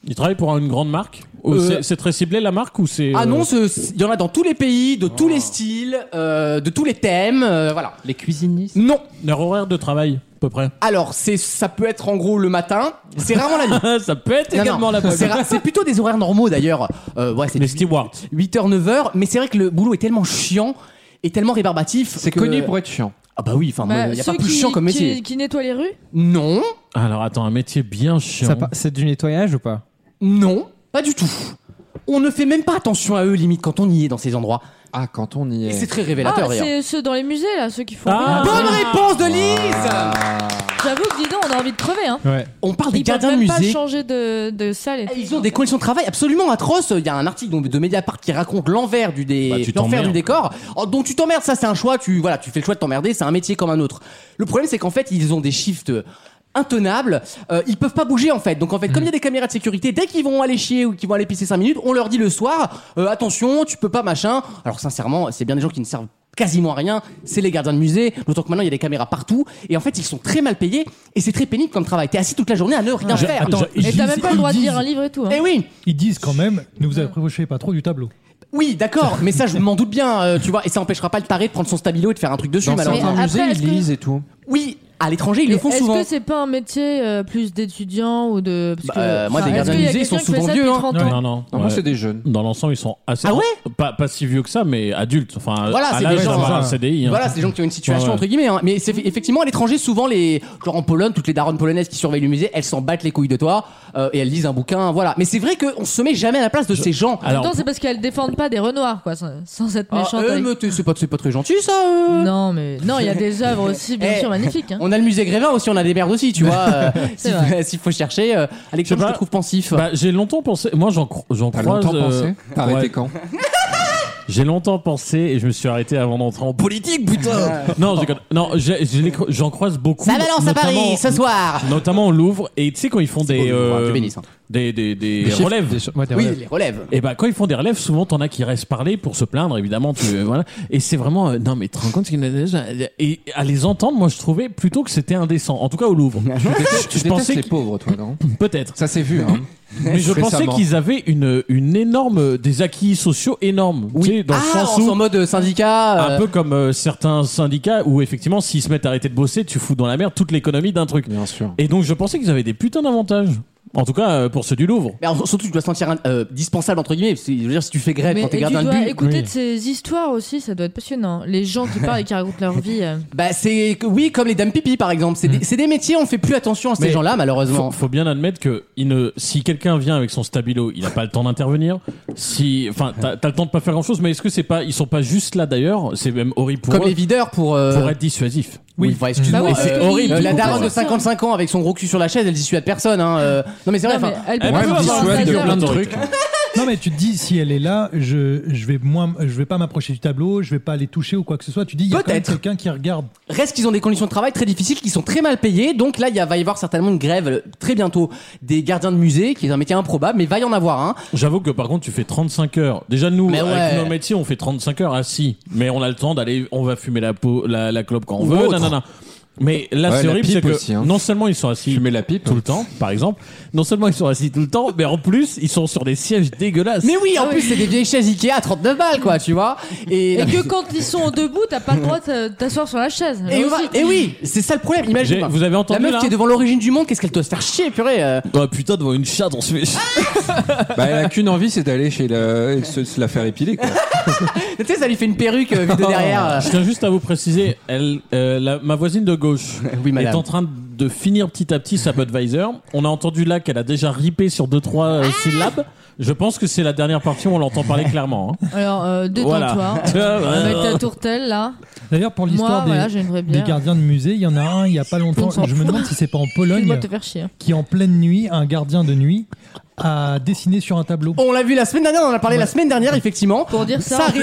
[SPEAKER 5] Ils travaillent pour une grande marque. Ou c'est très ciblé la marque ou c'est
[SPEAKER 2] Ah non, il y en a dans tous les pays, de tous les styles, de tous les thèmes, voilà.
[SPEAKER 3] Les cuisinistes.
[SPEAKER 2] Non.
[SPEAKER 5] leur horaire de travail à peu près.
[SPEAKER 2] Alors, ça peut être en gros le matin, c'est rarement la nuit.
[SPEAKER 5] Ça peut être
[SPEAKER 2] Non,
[SPEAKER 5] également
[SPEAKER 2] non,
[SPEAKER 5] la
[SPEAKER 2] c'est plutôt des horaires normaux d'ailleurs. Ouais, c'est
[SPEAKER 5] Les stewards.
[SPEAKER 2] 8h, 9h, mais c'est vrai que le boulot est tellement chiant et tellement rébarbatif.
[SPEAKER 3] C'est
[SPEAKER 2] que-
[SPEAKER 3] connu pour être chiant.
[SPEAKER 2] Ah bah oui, enfin, il y a pas plus chiant comme métier.
[SPEAKER 4] Qui nettoient les rues.
[SPEAKER 2] Non,
[SPEAKER 5] Alors attends, un métier bien chiant.
[SPEAKER 7] C'est du nettoyage ou pas?
[SPEAKER 2] non, pas du tout. On ne fait même pas attention à eux, limite, quand on y est dans ces endroits.
[SPEAKER 3] Ah, quand on y
[SPEAKER 2] Et
[SPEAKER 3] est.
[SPEAKER 2] c'est très révélateur,
[SPEAKER 4] Ah,
[SPEAKER 2] d'ailleurs.
[SPEAKER 4] c'est ceux dans les musées là, ceux qui font.
[SPEAKER 5] Ah.
[SPEAKER 4] rien.
[SPEAKER 2] Bonne réponse de Lise.
[SPEAKER 4] J'avoue que dis donc, on a envie de crever. Hein.
[SPEAKER 7] Ouais.
[SPEAKER 2] On parle des
[SPEAKER 4] Ils peuvent
[SPEAKER 2] gardiens de
[SPEAKER 4] même pas
[SPEAKER 2] musée.
[SPEAKER 4] changer de salle. Et tout.
[SPEAKER 2] Ils ont des conditions de travail absolument atroces. Il y a un article donc, de Mediapart qui raconte l'envers du,
[SPEAKER 5] Bah, tu
[SPEAKER 2] l'enfer
[SPEAKER 5] t'emmerdes.
[SPEAKER 2] du décor. Oh, donc tu t'emmerdes, ça c'est un choix. Tu fais le choix de t'emmerder. C'est un métier comme un autre. Le problème c'est qu'en fait ils ont des shifts intenables. Ils peuvent pas bouger en fait. Donc en fait comme il y a des caméras de sécurité, dès qu'ils vont aller chier ou qu'ils vont aller pisser 5 minutes, on leur dit le soir attention, tu peux pas machin. Alors sincèrement, c'est bien des gens qui ne servent quasiment à rien, c'est les gardiens de musée, d'autant que maintenant il y a des caméras partout, et en fait ils sont très mal payés, et c'est très pénible comme travail. T'es assis toute la journée à ne rien faire.
[SPEAKER 6] Attends,
[SPEAKER 4] Et t'as même pas le droit de lire un livre et tout. Hein.
[SPEAKER 2] Eh oui,
[SPEAKER 6] Ils disent quand même, ne vous approchez pas trop du tableau.
[SPEAKER 2] oui, d'accord, mais ça je m'en doute bien, tu vois, et ça empêchera pas le taré de prendre son stabilo et de faire un truc dessus,
[SPEAKER 3] Dans
[SPEAKER 2] malheureusement.
[SPEAKER 3] certains musées,
[SPEAKER 4] après,
[SPEAKER 3] ils
[SPEAKER 4] est-ce que-
[SPEAKER 3] lisent et tout.
[SPEAKER 2] Oui, à l'étranger ils le font
[SPEAKER 4] Est-ce
[SPEAKER 2] souvent.
[SPEAKER 4] que c'est pas un métier plus d'étudiants ou de. Parce que,
[SPEAKER 2] moi, des
[SPEAKER 4] est-ce
[SPEAKER 2] gardiens
[SPEAKER 4] qu'il y
[SPEAKER 2] de
[SPEAKER 4] a
[SPEAKER 2] musée, ils sont
[SPEAKER 4] quelqu'un qui fait
[SPEAKER 2] souvent
[SPEAKER 4] ça
[SPEAKER 2] vieux,
[SPEAKER 4] depuis
[SPEAKER 2] hein.
[SPEAKER 4] 30
[SPEAKER 6] Ouais.
[SPEAKER 4] ans
[SPEAKER 5] Non, non.
[SPEAKER 3] Non, moi,
[SPEAKER 5] ouais.
[SPEAKER 3] c'est des jeunes.
[SPEAKER 5] Dans l'ensemble, ils sont assez.
[SPEAKER 2] Ah ouais
[SPEAKER 5] pas si vieux que ça, mais adultes. Enfin,
[SPEAKER 2] Voilà,
[SPEAKER 5] à
[SPEAKER 2] c'est
[SPEAKER 5] l'âge
[SPEAKER 2] des gens,
[SPEAKER 5] d'avoir
[SPEAKER 6] ça.
[SPEAKER 5] un CDI. hein.
[SPEAKER 2] Voilà, c'est des gens qui ont une situation
[SPEAKER 5] Ouais, ouais.
[SPEAKER 2] entre guillemets, hein. Mais c'est effectivement à l'étranger souvent genre en Pologne, toutes les daronnes polonaises qui surveillent le musée, elles s'en battent les couilles de toi et elles lisent un bouquin, voilà. Mais c'est vrai qu'on se met jamais à la place de ces gens.
[SPEAKER 4] En même
[SPEAKER 5] Alors,
[SPEAKER 4] temps, c'est parce qu'elles défendent pas des renoirs, quoi, sans être
[SPEAKER 2] Ah,
[SPEAKER 4] méchantes. avec-
[SPEAKER 2] mais c'est pas très gentil ça.
[SPEAKER 4] Non, mais non, il y a des œuvres aussi, bien
[SPEAKER 2] Eh,
[SPEAKER 4] sûr, magnifiques. Hein.
[SPEAKER 2] On a le musée Grévin aussi, on a des merdes aussi, tu vois.
[SPEAKER 4] C'est vrai.
[SPEAKER 2] S'il faut chercher, Alexandre,
[SPEAKER 5] Je sais
[SPEAKER 2] je
[SPEAKER 5] pas.
[SPEAKER 2] te trouve pensif.
[SPEAKER 5] bah, j'ai longtemps pensé. Moi, j'en
[SPEAKER 3] T'as
[SPEAKER 5] croise.
[SPEAKER 3] longtemps pensé T'as arrêté
[SPEAKER 5] ouais.
[SPEAKER 3] quand
[SPEAKER 5] J'ai longtemps pensé et je me suis arrêté avant d'entrer en politique, putain. Non, je déconne. Non, j'en croise beaucoup.
[SPEAKER 2] Ça balance à Paris
[SPEAKER 5] notamment-
[SPEAKER 2] ce soir.
[SPEAKER 5] Notamment au Louvre. Et tu sais quand ils font des
[SPEAKER 2] beau, le Louvre, Dieu bénisse, hein.
[SPEAKER 5] des
[SPEAKER 7] chiffres,
[SPEAKER 5] relèves.
[SPEAKER 7] Ouais, des
[SPEAKER 2] Oui,
[SPEAKER 7] relèves.
[SPEAKER 2] les relèves.
[SPEAKER 5] Et bah quand ils font des relèves, souvent t'en as qui restent parler pour se plaindre, évidemment. Voilà. Et c'est vraiment non mais tu te rends compte qu'il y en a déjà. Et à les entendre, moi je trouvais plutôt que c'était indécent. En tout cas au Louvre.
[SPEAKER 3] Tu
[SPEAKER 5] je
[SPEAKER 3] détestes
[SPEAKER 5] pensais
[SPEAKER 3] les
[SPEAKER 5] que-
[SPEAKER 3] pauvres, toi, non
[SPEAKER 5] peut-être.
[SPEAKER 3] Ça s'est vu, hein.
[SPEAKER 5] Mais je pensais
[SPEAKER 3] Récemment.
[SPEAKER 5] qu'ils avaient une énorme des acquis sociaux énormes. Tu sais, dans le sens où
[SPEAKER 2] en mode syndicat.
[SPEAKER 5] un peu comme certains syndicats où effectivement s'ils se mettent à arrêter de bosser, tu fous dans la merde toute l'économie d'un truc.
[SPEAKER 3] Bien sûr.
[SPEAKER 5] Et donc je pensais qu'ils avaient des putains d'avantages. En tout cas pour ceux du Louvre.
[SPEAKER 2] Mais alors, surtout, tu dois te sentir dispensable entre guillemets. Je veux dire, si tu fais grève
[SPEAKER 4] Mais
[SPEAKER 2] quand t'es
[SPEAKER 4] et tu
[SPEAKER 2] gardien de
[SPEAKER 4] dois
[SPEAKER 2] but,
[SPEAKER 4] écouter
[SPEAKER 5] oui.
[SPEAKER 4] de ces histoires aussi, ça doit être passionnant. Les gens qui parlent et qui racontent leur vie.
[SPEAKER 2] bah oui, comme les dames pipi par exemple. C'est des métiers, on fait plus attention à ces
[SPEAKER 5] Mais
[SPEAKER 2] gens-là malheureusement.
[SPEAKER 5] Faut bien admettre que si quelqu'un vient avec son stabilo, il a pas le temps d'intervenir. Enfin, t'as le temps de pas faire grand-chose, mais est-ce que ils sont pas juste là d'ailleurs? C'est même horrible pour
[SPEAKER 2] Comme
[SPEAKER 5] eux,
[SPEAKER 2] les videurs pour
[SPEAKER 5] être dissuasif.
[SPEAKER 2] Oui, enfin, excuse-moi.
[SPEAKER 4] Bah oui,
[SPEAKER 2] c'est
[SPEAKER 4] parce que
[SPEAKER 2] horrible.
[SPEAKER 4] ils-
[SPEAKER 2] La
[SPEAKER 4] ils
[SPEAKER 2] daronne de
[SPEAKER 4] font ça.
[SPEAKER 2] 55 ans avec son gros cul sur la chaise, elle dissuade personne. Hein. Non mais c'est vrai.
[SPEAKER 4] Non, mais
[SPEAKER 2] enfin,
[SPEAKER 4] elle peut
[SPEAKER 5] elle
[SPEAKER 4] pas
[SPEAKER 5] peut
[SPEAKER 4] avoir un
[SPEAKER 5] dissuader de
[SPEAKER 4] taser.
[SPEAKER 5] plein de trucs.
[SPEAKER 6] Non mais tu te dis si elle est là, je vais pas m'approcher du tableau, je vais pas les toucher ou quoi que ce soit. Tu dis il y a quand même
[SPEAKER 2] Peut-être.
[SPEAKER 6] quelqu'un qui regarde.
[SPEAKER 2] Reste qu'ils ont des conditions de travail très difficiles, qui sont très mal payées. Donc là, va y avoir certainement une grève très bientôt des gardiens de musée, qui est un métier improbable, mais va y en avoir un.
[SPEAKER 5] J'avoue que par contre, tu fais 35 heures. Déjà, nous,
[SPEAKER 2] Mais
[SPEAKER 5] avec
[SPEAKER 2] ouais.
[SPEAKER 5] nos métiers, on fait 35 heures assis. Mais on a le temps d'aller, on va fumer la clope quand on
[SPEAKER 2] Ou
[SPEAKER 5] veut.
[SPEAKER 2] autre.
[SPEAKER 5] Nanana. Mais là,
[SPEAKER 3] Ouais,
[SPEAKER 5] c'est
[SPEAKER 3] la
[SPEAKER 5] horrible,
[SPEAKER 3] pipe
[SPEAKER 5] c'est que
[SPEAKER 3] aussi, hein.
[SPEAKER 5] non seulement ils sont assis
[SPEAKER 3] Fumer la pipe.
[SPEAKER 5] tout le temps, par exemple, non seulement ils sont assis tout le temps, mais en plus, ils sont sur des sièges dégueulasses.
[SPEAKER 2] Mais oui, en plus, c'est des vieilles chaises Ikea à 39 balles, quoi, tu vois.
[SPEAKER 4] Et que quand ils sont debout, t'as pas le droit de t'asseoir sur la chaise. Là aussi.
[SPEAKER 2] Et oui, c'est ça le problème. Imagine.
[SPEAKER 5] Vous avez
[SPEAKER 2] La
[SPEAKER 5] entendu
[SPEAKER 2] meuf
[SPEAKER 5] là
[SPEAKER 2] qui est devant l'origine du monde, qu'est-ce qu'elle doit se faire chier, purée.
[SPEAKER 5] Oh putain, devant une chatte, on se fait.
[SPEAKER 3] Bah, elle a qu'une envie, c'est d'aller chez se la faire épiler, quoi.
[SPEAKER 2] Tu sais, ça lui fait une perruque vue de derrière.
[SPEAKER 5] Je tiens juste à vous préciser, ma voisine de gauche
[SPEAKER 2] Oui, madame.
[SPEAKER 5] est en train de finir petit à petit sa Budweiser. On a entendu là qu'elle a déjà ripé sur 2-3 syllabes. Je pense que c'est la dernière partie où on l'entend parler clairement. Hein.
[SPEAKER 4] Alors, détends-toi. Avec ta tourtelle là.
[SPEAKER 6] D'ailleurs pour
[SPEAKER 4] Moi,
[SPEAKER 6] l'histoire
[SPEAKER 4] voilà, j'ai une vraie
[SPEAKER 6] des
[SPEAKER 4] bière.
[SPEAKER 6] gardiens de musée, il y en a un il y a pas longtemps.
[SPEAKER 4] On s'en
[SPEAKER 6] Je me
[SPEAKER 4] fout.
[SPEAKER 6] demande si c'est pas en
[SPEAKER 4] Fais-moi
[SPEAKER 6] Pologne
[SPEAKER 4] te faire chier.
[SPEAKER 6] qui en pleine nuit, un gardien de nuit a dessiné sur un tableau.
[SPEAKER 2] On l'a vu la semaine dernière, on en a parlé la semaine dernière, effectivement.
[SPEAKER 4] Pour dire ça.
[SPEAKER 2] arrive.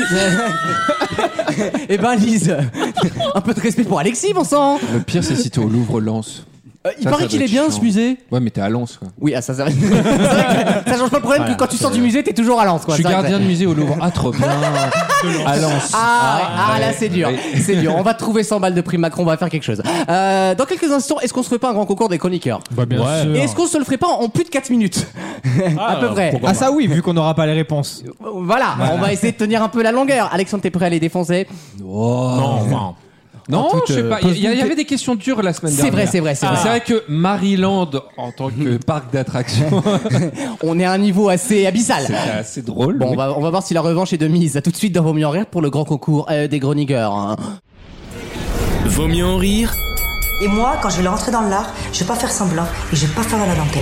[SPEAKER 2] Eh ben, Lise, un peu de respect pour Alexis, bon sang.
[SPEAKER 3] Le pire, c'est si t'es au Louvre-Lens.
[SPEAKER 2] Il
[SPEAKER 3] Ça
[SPEAKER 2] paraît
[SPEAKER 3] doit
[SPEAKER 2] qu'il est
[SPEAKER 3] être
[SPEAKER 2] bien
[SPEAKER 3] chiant.
[SPEAKER 2] ce musée.
[SPEAKER 3] Ouais, mais t'es à Lens, quoi.
[SPEAKER 2] Oui, ça change pas le problème que quand tu sors du musée, t'es toujours à Lens.
[SPEAKER 3] Je
[SPEAKER 2] Quoi.
[SPEAKER 3] suis
[SPEAKER 2] C'est vrai que
[SPEAKER 3] gardien de musée au Louvre. Ah, trop bien. À Lens.
[SPEAKER 2] Là c'est dur, c'est dur. On va trouver 100 balles de prime Macron, on va faire quelque chose. Dans quelques instants, est-ce qu'on se ferait pas un grand concours des chroniqueurs?
[SPEAKER 6] Bah, bien
[SPEAKER 5] Ouais.
[SPEAKER 6] sûr.
[SPEAKER 2] Et est-ce qu'on se le ferait pas en plus de 4 minutes? À peu près.
[SPEAKER 5] pourquoi
[SPEAKER 7] Ah ça oui, vu qu'on n'aura pas les réponses.
[SPEAKER 2] Voilà, on va essayer de tenir un peu la longueur. Alexandre, t'es prêt à les défoncer?
[SPEAKER 5] Non, enfin.
[SPEAKER 3] Non,
[SPEAKER 2] toute,
[SPEAKER 3] je sais pas. Il y avait des questions dures la semaine
[SPEAKER 2] C'est
[SPEAKER 3] dernière.
[SPEAKER 2] vrai.
[SPEAKER 3] C'est vrai que Maryland, en tant que parc d'attractions,
[SPEAKER 2] On est à un niveau assez abyssal.
[SPEAKER 3] c'était assez drôle.
[SPEAKER 2] Bon, on va voir si la revanche est de mise. À tout de suite dans Vaut mieux en rire pour le grand concours des chroniqueurs. Hein.
[SPEAKER 1] Vaut mieux en rire
[SPEAKER 9] Et moi, quand je vais rentrer dans l'art, je vais pas faire semblant et je vais pas faire à la dentelle.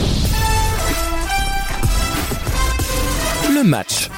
[SPEAKER 1] le match.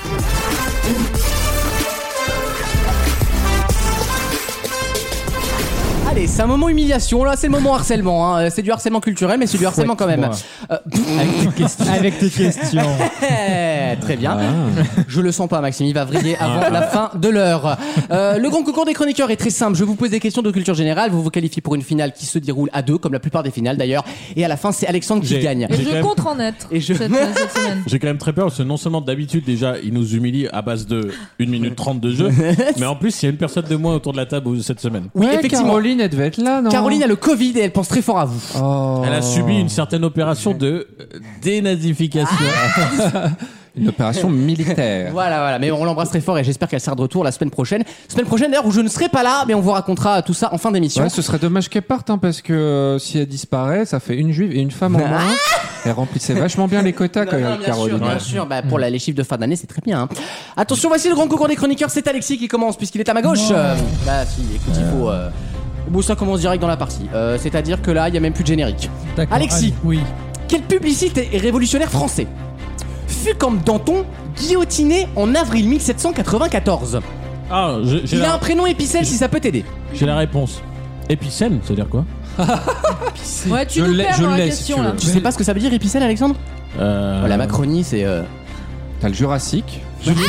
[SPEAKER 2] Allez, c'est un moment humiliation, là, c'est le moment harcèlement. Hein. C'est du harcèlement culturel, mais c'est du harcèlement quand même.
[SPEAKER 7] Avec tes questions.
[SPEAKER 2] Très bien. Je le sens pas, Maxime, il va vriller avant la fin de l'heure. Le grand concours des chroniqueurs est très simple. Je vous pose des questions de culture générale. Vous vous qualifiez pour une finale qui se déroule à 2, comme la plupart des finales d'ailleurs. Et à la fin, c'est Alexandre qui gagne.
[SPEAKER 4] Et
[SPEAKER 5] J'ai
[SPEAKER 4] je
[SPEAKER 5] quand même-
[SPEAKER 4] compte en être
[SPEAKER 2] Et je-
[SPEAKER 4] cette semaine.
[SPEAKER 5] J'ai quand même très peur parce que non seulement d'habitude déjà il nous humilie à base de 1 minute 30 de jeu, mais en plus il y a une personne de moins autour de la table cette semaine.
[SPEAKER 2] Oui,
[SPEAKER 3] Ouais,
[SPEAKER 2] effectivement.
[SPEAKER 3] Caroline, elle devait être là, non?
[SPEAKER 2] Caroline a le Covid et elle pense très fort à vous.
[SPEAKER 3] Oh.
[SPEAKER 5] Elle a subi une certaine opération de dénazification.
[SPEAKER 3] Une opération militaire.
[SPEAKER 2] Voilà. Mais on l'embrasse très fort et j'espère qu'elle sera de retour la semaine prochaine. Semaine prochaine d'ailleurs où je ne serai pas là, mais on vous racontera tout ça en fin d'émission.
[SPEAKER 3] Ouais, ce serait dommage qu'elle parte, hein, parce que si elle disparaît, ça fait une juive et une femme en moins. Elle remplissait vachement bien les quotas,
[SPEAKER 2] Non, bien
[SPEAKER 3] Caroline.
[SPEAKER 2] sûr, bien sûr. Bah, pour les chiffres de fin d'année, c'est très bien. Hein. Attention, voici le grand concours des chroniqueurs. C'est Alexis qui commence puisqu'il est à ma gauche. Bah si, écoute, il faut. Bon, ça commence direct dans la partie. C'est-à-dire que là, il y a même plus de générique.
[SPEAKER 6] D'accord.
[SPEAKER 2] Alexis.
[SPEAKER 6] Allez, oui.
[SPEAKER 2] Quel publicité et révolutionnaire français fut comme Danton guillotiné en avril 1794?
[SPEAKER 5] Ah, j'ai
[SPEAKER 2] Il a un
[SPEAKER 5] la,
[SPEAKER 2] prénom épicène si ça peut t'aider.
[SPEAKER 5] j'ai la réponse. Épicène, c'est à dire quoi?
[SPEAKER 4] Ouais, tu
[SPEAKER 3] Je
[SPEAKER 4] nous
[SPEAKER 3] l'ai-
[SPEAKER 4] perds
[SPEAKER 3] je
[SPEAKER 4] dans la
[SPEAKER 3] l'ai, si
[SPEAKER 4] question
[SPEAKER 3] tu
[SPEAKER 4] là.
[SPEAKER 3] veux.
[SPEAKER 2] Tu sais pas ce que ça veut dire épicène, Alexandre? La Macronie, c'est.
[SPEAKER 3] T'as le Jurassique.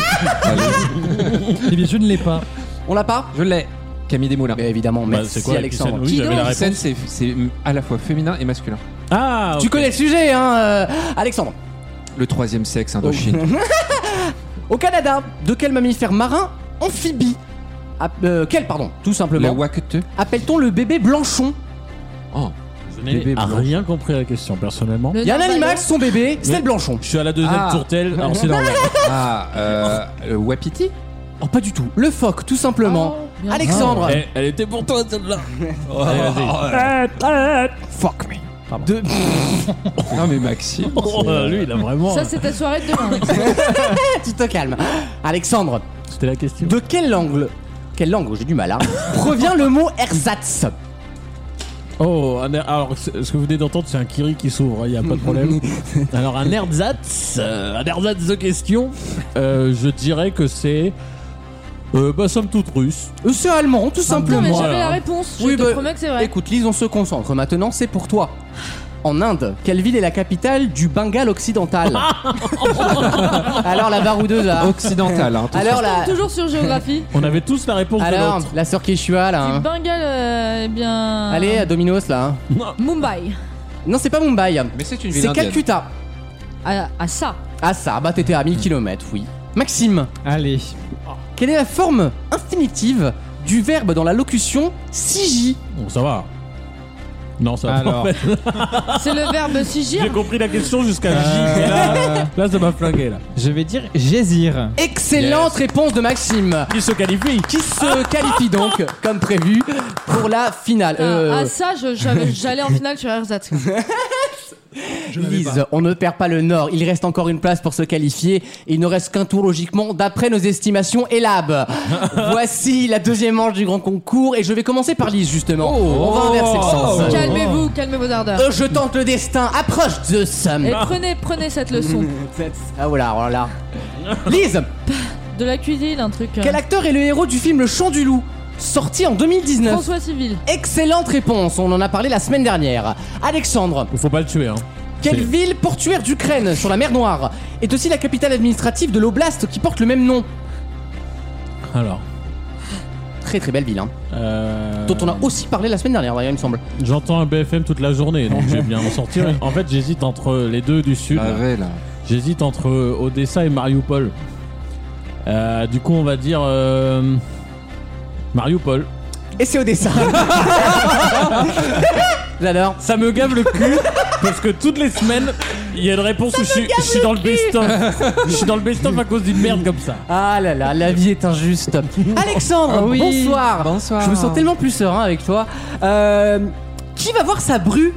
[SPEAKER 6] Eh bien, je ne l'ai pas.
[SPEAKER 2] On l'a pas?
[SPEAKER 3] Je l'ai. Camille Desmoulins.
[SPEAKER 2] Mais évidemment,
[SPEAKER 5] Bah,
[SPEAKER 2] merci
[SPEAKER 5] c'est quoi
[SPEAKER 2] Alexandre.
[SPEAKER 5] Épicène? Oui, j'avais la
[SPEAKER 3] Scène,
[SPEAKER 5] réponse.
[SPEAKER 3] c'est à la fois féminin et masculin.
[SPEAKER 5] Ah,
[SPEAKER 2] Tu
[SPEAKER 5] ok.
[SPEAKER 2] connais le sujet, hein, Alexandre.
[SPEAKER 3] Le troisième sexe, Indochine.
[SPEAKER 2] Au Canada, de quel mammifère marin amphibie tout simplement,
[SPEAKER 3] Le Wakete.
[SPEAKER 2] appelle-t-on le bébé blanchon?
[SPEAKER 3] Oh.
[SPEAKER 5] Je n'ai
[SPEAKER 3] Bébé blanc.
[SPEAKER 5] rien compris à la question personnellement.
[SPEAKER 2] Il y a un animal, son bébé, c'est le blanchon.
[SPEAKER 5] Je suis à la deuxième
[SPEAKER 3] Ah.
[SPEAKER 5] tourtelle, alors c'est normal.
[SPEAKER 3] Ah, le Wapiti.
[SPEAKER 2] Oh, pas du tout. Le phoque, tout simplement.
[SPEAKER 4] bien
[SPEAKER 2] Alexandre.
[SPEAKER 5] Elle était pour toi celle-là. Allez, vas-y.
[SPEAKER 2] Fuck me.
[SPEAKER 3] Non, mais Maxime.
[SPEAKER 5] Oh, lui, il a vraiment.
[SPEAKER 4] Ça, c'est ta soirée de demain.
[SPEAKER 2] Tu te calmes. Alexandre,
[SPEAKER 5] C'était la question.
[SPEAKER 2] de quelle langue, j'ai du mal, hein, provient le mot ersatz?
[SPEAKER 5] Oh, alors ce que vous venez d'entendre, c'est un Kiri qui s'ouvre, il n'y a pas de problème. Alors un ersatz de question, je dirais que c'est. Somme toute russe.
[SPEAKER 2] C'est allemand, tout
[SPEAKER 4] Non, mais
[SPEAKER 2] simplement.
[SPEAKER 4] j'avais
[SPEAKER 5] Voilà.
[SPEAKER 4] la réponse. Je
[SPEAKER 2] Oui,
[SPEAKER 4] te
[SPEAKER 2] bah,
[SPEAKER 4] promets que c'est vrai.
[SPEAKER 2] Écoute, Lise, on se concentre. Maintenant, c'est pour toi. En Inde, quelle ville est la capitale du Bengale occidental? Alors la baroudeuse là.
[SPEAKER 3] Occidental. Hein,
[SPEAKER 2] Alors la.
[SPEAKER 4] Toujours sur géographie.
[SPEAKER 5] On avait tous la réponse de
[SPEAKER 2] Alors
[SPEAKER 5] l'autre.
[SPEAKER 2] la sœur Quechua là.
[SPEAKER 4] Du
[SPEAKER 2] Hein.
[SPEAKER 4] Bengale, eh bien.
[SPEAKER 2] Allez, à Dominos là. Hein.
[SPEAKER 4] Mumbai.
[SPEAKER 2] Non, c'est pas Mumbai.
[SPEAKER 3] Mais c'est une ville
[SPEAKER 2] C'est
[SPEAKER 3] indienne.
[SPEAKER 2] Calcutta.
[SPEAKER 4] À ça.
[SPEAKER 2] Ah ça, bah t'étais à 1000 km, oui. Maxime,
[SPEAKER 7] Allez.
[SPEAKER 2] quelle est la forme infinitive du verbe dans la locution CJ?
[SPEAKER 5] Bon, ça va. Non, ça va pas.
[SPEAKER 7] Alors.
[SPEAKER 5] en fait.
[SPEAKER 4] C'est le verbe
[SPEAKER 5] J'ai
[SPEAKER 4] sigir.
[SPEAKER 5] compris la question jusqu'à J. mais Là, ça m'a flingué là.
[SPEAKER 7] Je vais dire Gésir.
[SPEAKER 2] Excellente réponse de Maxime.
[SPEAKER 5] Qui se qualifie?
[SPEAKER 2] Qui se qualifie donc, comme prévu, pour la finale.
[SPEAKER 4] À ça, j'allais en finale sur Ersatz.
[SPEAKER 2] Lise, on ne perd pas le nord. Il reste encore une place pour se qualifier. Et il ne reste qu'un tour logiquement d'après nos estimations et lab. Voici la deuxième manche du grand concours. Et je vais commencer par Lise justement. On va inverser le sens.
[SPEAKER 4] Calmez-vous, calmez vos ardeurs.
[SPEAKER 2] Je tente le destin. Approche Zeus.
[SPEAKER 4] Et prenez cette leçon.
[SPEAKER 2] Ah voilà, oh là. Lise,
[SPEAKER 4] De la cuisine, un truc.
[SPEAKER 2] quel acteur est le héros du film Le Chant du Loup, sorti en 2019?
[SPEAKER 4] François Civil.
[SPEAKER 2] Excellente réponse, on en a parlé la semaine dernière. Alexandre,
[SPEAKER 5] Faut pas le tuer, hein.
[SPEAKER 2] quelle
[SPEAKER 5] C'est-
[SPEAKER 2] ville portuaire d'Ukraine, sur la mer Noire, est aussi la capitale administrative de l'oblast qui porte le même nom?
[SPEAKER 5] Alors.
[SPEAKER 2] très très belle ville, hein. Dont on a aussi parlé la semaine dernière, d'ailleurs, il me semble.
[SPEAKER 5] J'entends un BFM toute la journée, donc je vais bien en sortir. En fait, j'hésite entre les deux du sud.
[SPEAKER 3] Là.
[SPEAKER 5] J'hésite entre Odessa et Mariupol. Du coup, on va dire Mariupol.
[SPEAKER 2] Et c'est Odessa. J'adore.
[SPEAKER 5] Ça me gave le cul parce que toutes les semaines, il y a une réponse où je suis dans le best-of. Je suis dans le best-of à cause d'une merde comme ça.
[SPEAKER 2] Ah là là, la vie est injuste. Alexandre,
[SPEAKER 3] Oui,
[SPEAKER 2] bonsoir.
[SPEAKER 3] bonsoir.
[SPEAKER 2] Je me sens tellement plus serein avec toi. Qui va voir sa bru?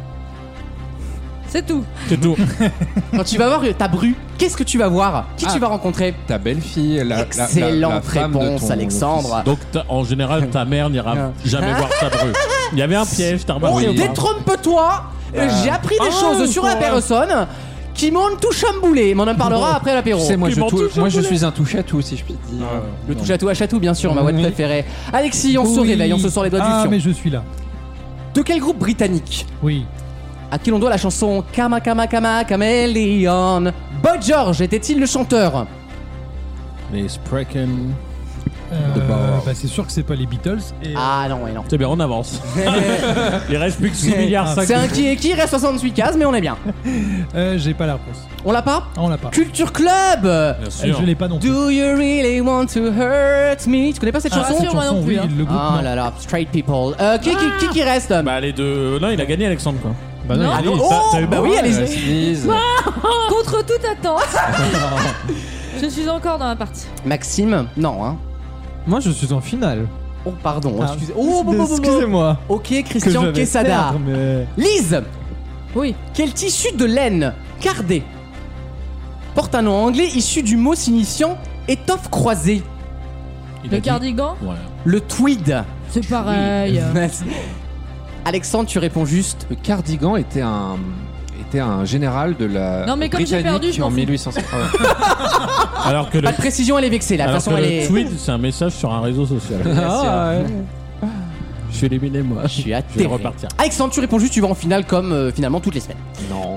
[SPEAKER 4] C'est tout.
[SPEAKER 5] C'est tout.
[SPEAKER 2] Quand tu vas voir ta bru, qu'est-ce que tu vas voir? Qui tu vas rencontrer?
[SPEAKER 3] Ta belle-fille, la
[SPEAKER 2] Excellente
[SPEAKER 3] femme de
[SPEAKER 2] réponse,
[SPEAKER 3] ton
[SPEAKER 2] Alexandre.
[SPEAKER 5] Donc, en général, ta mère n'ira jamais voir ta bru. Il y avait un piège, t'as remarqué?
[SPEAKER 2] Oh, détrompe-toi. J'ai appris des choses sur la personne qui m'ont tout chamboulé. Mais on en parlera après l'apéro.
[SPEAKER 3] Tu sais, moi,
[SPEAKER 5] Qui m'ont tout
[SPEAKER 3] je
[SPEAKER 5] chamboulé.
[SPEAKER 3] suis un touche-à-tout, si je puis dire.
[SPEAKER 2] Le touche à tout à chatou, bien sûr, ma boîte préférée. Alexis, on se
[SPEAKER 6] Oui.
[SPEAKER 2] réveille, on se sort les doigts du
[SPEAKER 6] Ah,
[SPEAKER 2] fion.
[SPEAKER 6] mais je suis là.
[SPEAKER 2] De quel groupe britannique
[SPEAKER 6] Oui.
[SPEAKER 2] à qui l'on doit la chanson Kama Kama Kama Chameleon? Boy George était-il le chanteur?
[SPEAKER 5] Les Spraken.
[SPEAKER 6] Bah, c'est sûr que c'est pas les Beatles. Et,
[SPEAKER 2] Ah non, ouais, non.
[SPEAKER 5] C'est bien, on avance. Il reste plus que 6 milliards 5.
[SPEAKER 2] C'est un qui est qui, reste 68 cases, mais on est bien.
[SPEAKER 6] j'ai pas la réponse.
[SPEAKER 2] On l'a pas?
[SPEAKER 6] Ah, on l'a pas.
[SPEAKER 2] Culture Club.
[SPEAKER 5] Bien
[SPEAKER 6] Et
[SPEAKER 5] sûr.
[SPEAKER 6] je l'ai pas non plus.
[SPEAKER 2] Do you really want to hurt me? Tu connais pas cette chanson?
[SPEAKER 4] sûr, moi non plus,
[SPEAKER 6] oui,
[SPEAKER 4] hein.
[SPEAKER 6] le groupe.
[SPEAKER 2] Ah
[SPEAKER 6] non.
[SPEAKER 2] là là, straight people. Qui reste?
[SPEAKER 5] Bah, les deux. Non, il a gagné, Alexandre, quoi.
[SPEAKER 7] Bah non,
[SPEAKER 4] Non.
[SPEAKER 7] allez,
[SPEAKER 2] Bah oui, allez-y.
[SPEAKER 3] Lise.
[SPEAKER 4] Contre toute attente. Je suis encore dans la partie.
[SPEAKER 2] Maxime? Non, hein.
[SPEAKER 7] moi je suis en finale.
[SPEAKER 2] Oh, pardon.
[SPEAKER 7] Ah,
[SPEAKER 2] Excusez-moi.
[SPEAKER 7] Excusez-moi.
[SPEAKER 2] Ok,
[SPEAKER 7] Que je
[SPEAKER 2] Christian
[SPEAKER 7] vais
[SPEAKER 2] Quesada.
[SPEAKER 7] perdre, mais...
[SPEAKER 2] Lise,
[SPEAKER 4] Oui.
[SPEAKER 2] quel tissu de laine cardé porte un nom anglais issu du mot signifiant étoffe croisée?
[SPEAKER 5] Il a
[SPEAKER 4] Le
[SPEAKER 5] dit-
[SPEAKER 4] cardigan,
[SPEAKER 5] Voilà.
[SPEAKER 2] Le tweed.
[SPEAKER 4] c'est pareil.
[SPEAKER 2] Alexandre, tu réponds juste.
[SPEAKER 3] Le cardigan était un général de la
[SPEAKER 4] Non, mais comme j'ai
[SPEAKER 3] britannique
[SPEAKER 4] perdu, je m'en
[SPEAKER 3] en
[SPEAKER 4] fous.
[SPEAKER 3] 1850.
[SPEAKER 5] Alors que le,
[SPEAKER 2] Pas de précision, elle est vexée là. De toute
[SPEAKER 5] alors
[SPEAKER 2] façon,
[SPEAKER 5] que
[SPEAKER 2] elle
[SPEAKER 5] le
[SPEAKER 2] est.
[SPEAKER 5] tweet, c'est un message sur un réseau social.
[SPEAKER 3] Ah, ouais.
[SPEAKER 5] Je suis éliminé, moi.
[SPEAKER 2] Je suis
[SPEAKER 5] Je vais
[SPEAKER 2] atterré.
[SPEAKER 5] repartir.
[SPEAKER 2] Alexandre, tu réponds juste, tu vas en finale comme finalement toutes les semaines.
[SPEAKER 3] Non.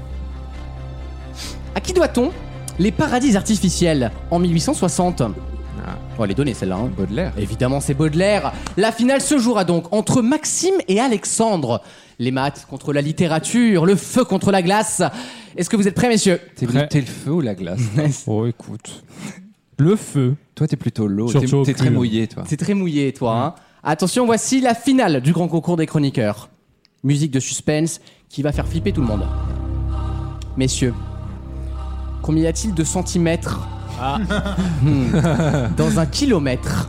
[SPEAKER 2] À qui doit-on les paradis artificiels en 1860? On va les donner celle-là. Hein.
[SPEAKER 3] Baudelaire.
[SPEAKER 2] Évidemment, c'est Baudelaire. La finale se jouera donc entre Maxime et Alexandre. Les maths contre la littérature, le feu contre la glace. Est-ce que vous êtes prêts, messieurs?
[SPEAKER 3] T'es le feu ou la glace?
[SPEAKER 7] Oh écoute. Le feu.
[SPEAKER 3] Toi, t'es plutôt l'eau.
[SPEAKER 5] Surtout au
[SPEAKER 3] T'es très
[SPEAKER 5] cul.
[SPEAKER 3] mouillé, toi.
[SPEAKER 2] C'est très mouillé, toi. Hein. Attention, voici la finale du grand concours des chroniqueurs. Musique de suspense qui va faire flipper tout le monde. Messieurs, combien y a-t-il de centimètres dans un kilomètre?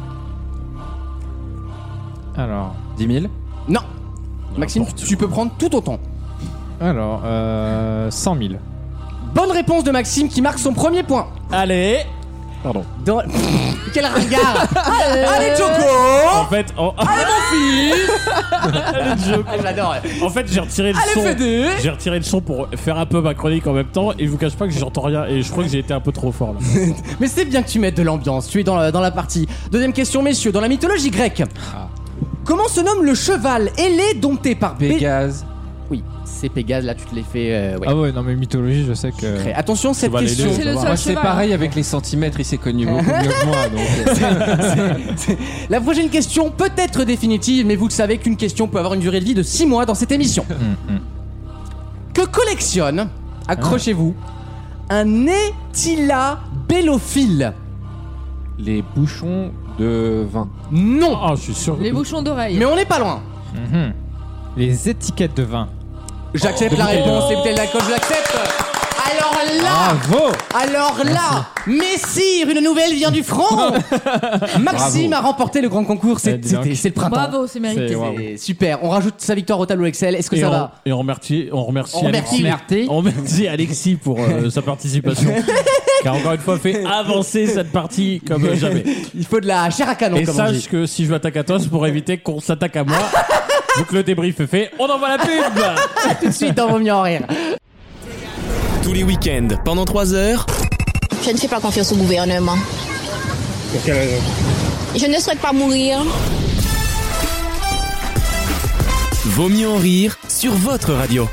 [SPEAKER 7] Alors.
[SPEAKER 3] 10 000.
[SPEAKER 2] Non. Maxime, tu peux prendre tout autant.
[SPEAKER 7] Alors, 100 000.
[SPEAKER 2] Bonne réponse de Maxime qui marque son premier point.
[SPEAKER 5] Allez. Pardon.
[SPEAKER 2] Dans... Quel ringard. Allez, Joko.
[SPEAKER 5] En fait, allez mon fils. Allez, Joe.
[SPEAKER 2] Ah, j'adore.
[SPEAKER 5] En fait, j'ai retiré le
[SPEAKER 2] Allez,
[SPEAKER 5] son.
[SPEAKER 2] Fédé.
[SPEAKER 5] J'ai retiré le son pour faire un peu ma chronique en même temps, et je vous cache pas que j'entends rien, et je crois que j'ai été un peu trop fort là.
[SPEAKER 2] Mais c'est bien que tu mettes de l'ambiance, tu es dans la partie. Deuxième question, messieurs, dans la mythologie grecque, comment se nomme le cheval ailé dompté par
[SPEAKER 3] Pégase.
[SPEAKER 2] Oui, c'est Pégase, là tu te l'es fait... ouais.
[SPEAKER 7] Ah ouais, non mais mythologie, je sais que...
[SPEAKER 2] Très- Attention, cette
[SPEAKER 5] Cheval ailé.
[SPEAKER 2] question...
[SPEAKER 4] C'est le seul
[SPEAKER 3] Moi, c'est
[SPEAKER 4] cheval,
[SPEAKER 3] pareil
[SPEAKER 4] hein.
[SPEAKER 3] avec les centimètres, il s'est connu beaucoup mieux que moi. Donc,
[SPEAKER 2] La prochaine question peut être définitive, mais vous le savez qu'une question peut avoir une durée de vie de 6 mois dans cette émission. Que collectionne, accrochez-vous, un éthylabellophile?
[SPEAKER 3] les bouchons de vin.
[SPEAKER 2] Non.
[SPEAKER 5] Ah, je suis sûr.
[SPEAKER 4] Les bouchons d'oreille.
[SPEAKER 2] Mais on n'est pas loin.
[SPEAKER 7] Les étiquettes de vin.
[SPEAKER 2] J'accepte la réponse, c'est bouteille d'alcool, je l'accepte. Alors là,
[SPEAKER 7] Bravo.
[SPEAKER 2] alors là, Messire, une nouvelle vient du front. Maxime a remporté le grand concours, c'est
[SPEAKER 7] dis donc.
[SPEAKER 2] le printemps.
[SPEAKER 4] Bravo, c'est mérité.
[SPEAKER 7] C'est- wow.
[SPEAKER 2] C'est super, on rajoute sa victoire au tableau Excel, est-ce que ça va?
[SPEAKER 5] Et on remercie
[SPEAKER 2] On remercie.
[SPEAKER 5] Alexis. On remercie Alexis pour sa participation. Qui a encore une fois fait avancer cette partie comme jamais.
[SPEAKER 2] Il faut de la chair à canon,
[SPEAKER 5] Et
[SPEAKER 2] comme on dit.
[SPEAKER 5] sache que si je m'attaque à toi, c'est pour éviter qu'on s'attaque à moi. Donc le débrief est fait, on envoie la pub.
[SPEAKER 2] Tout de suite, on vaut mieux en rire.
[SPEAKER 1] Tous les week-ends, pendant 3 heures.
[SPEAKER 10] Je ne fais pas confiance au gouvernement.
[SPEAKER 11] Pour quelle raison?
[SPEAKER 10] Je ne souhaite pas mourir.
[SPEAKER 1] Vaut mieux en rire sur votre radio.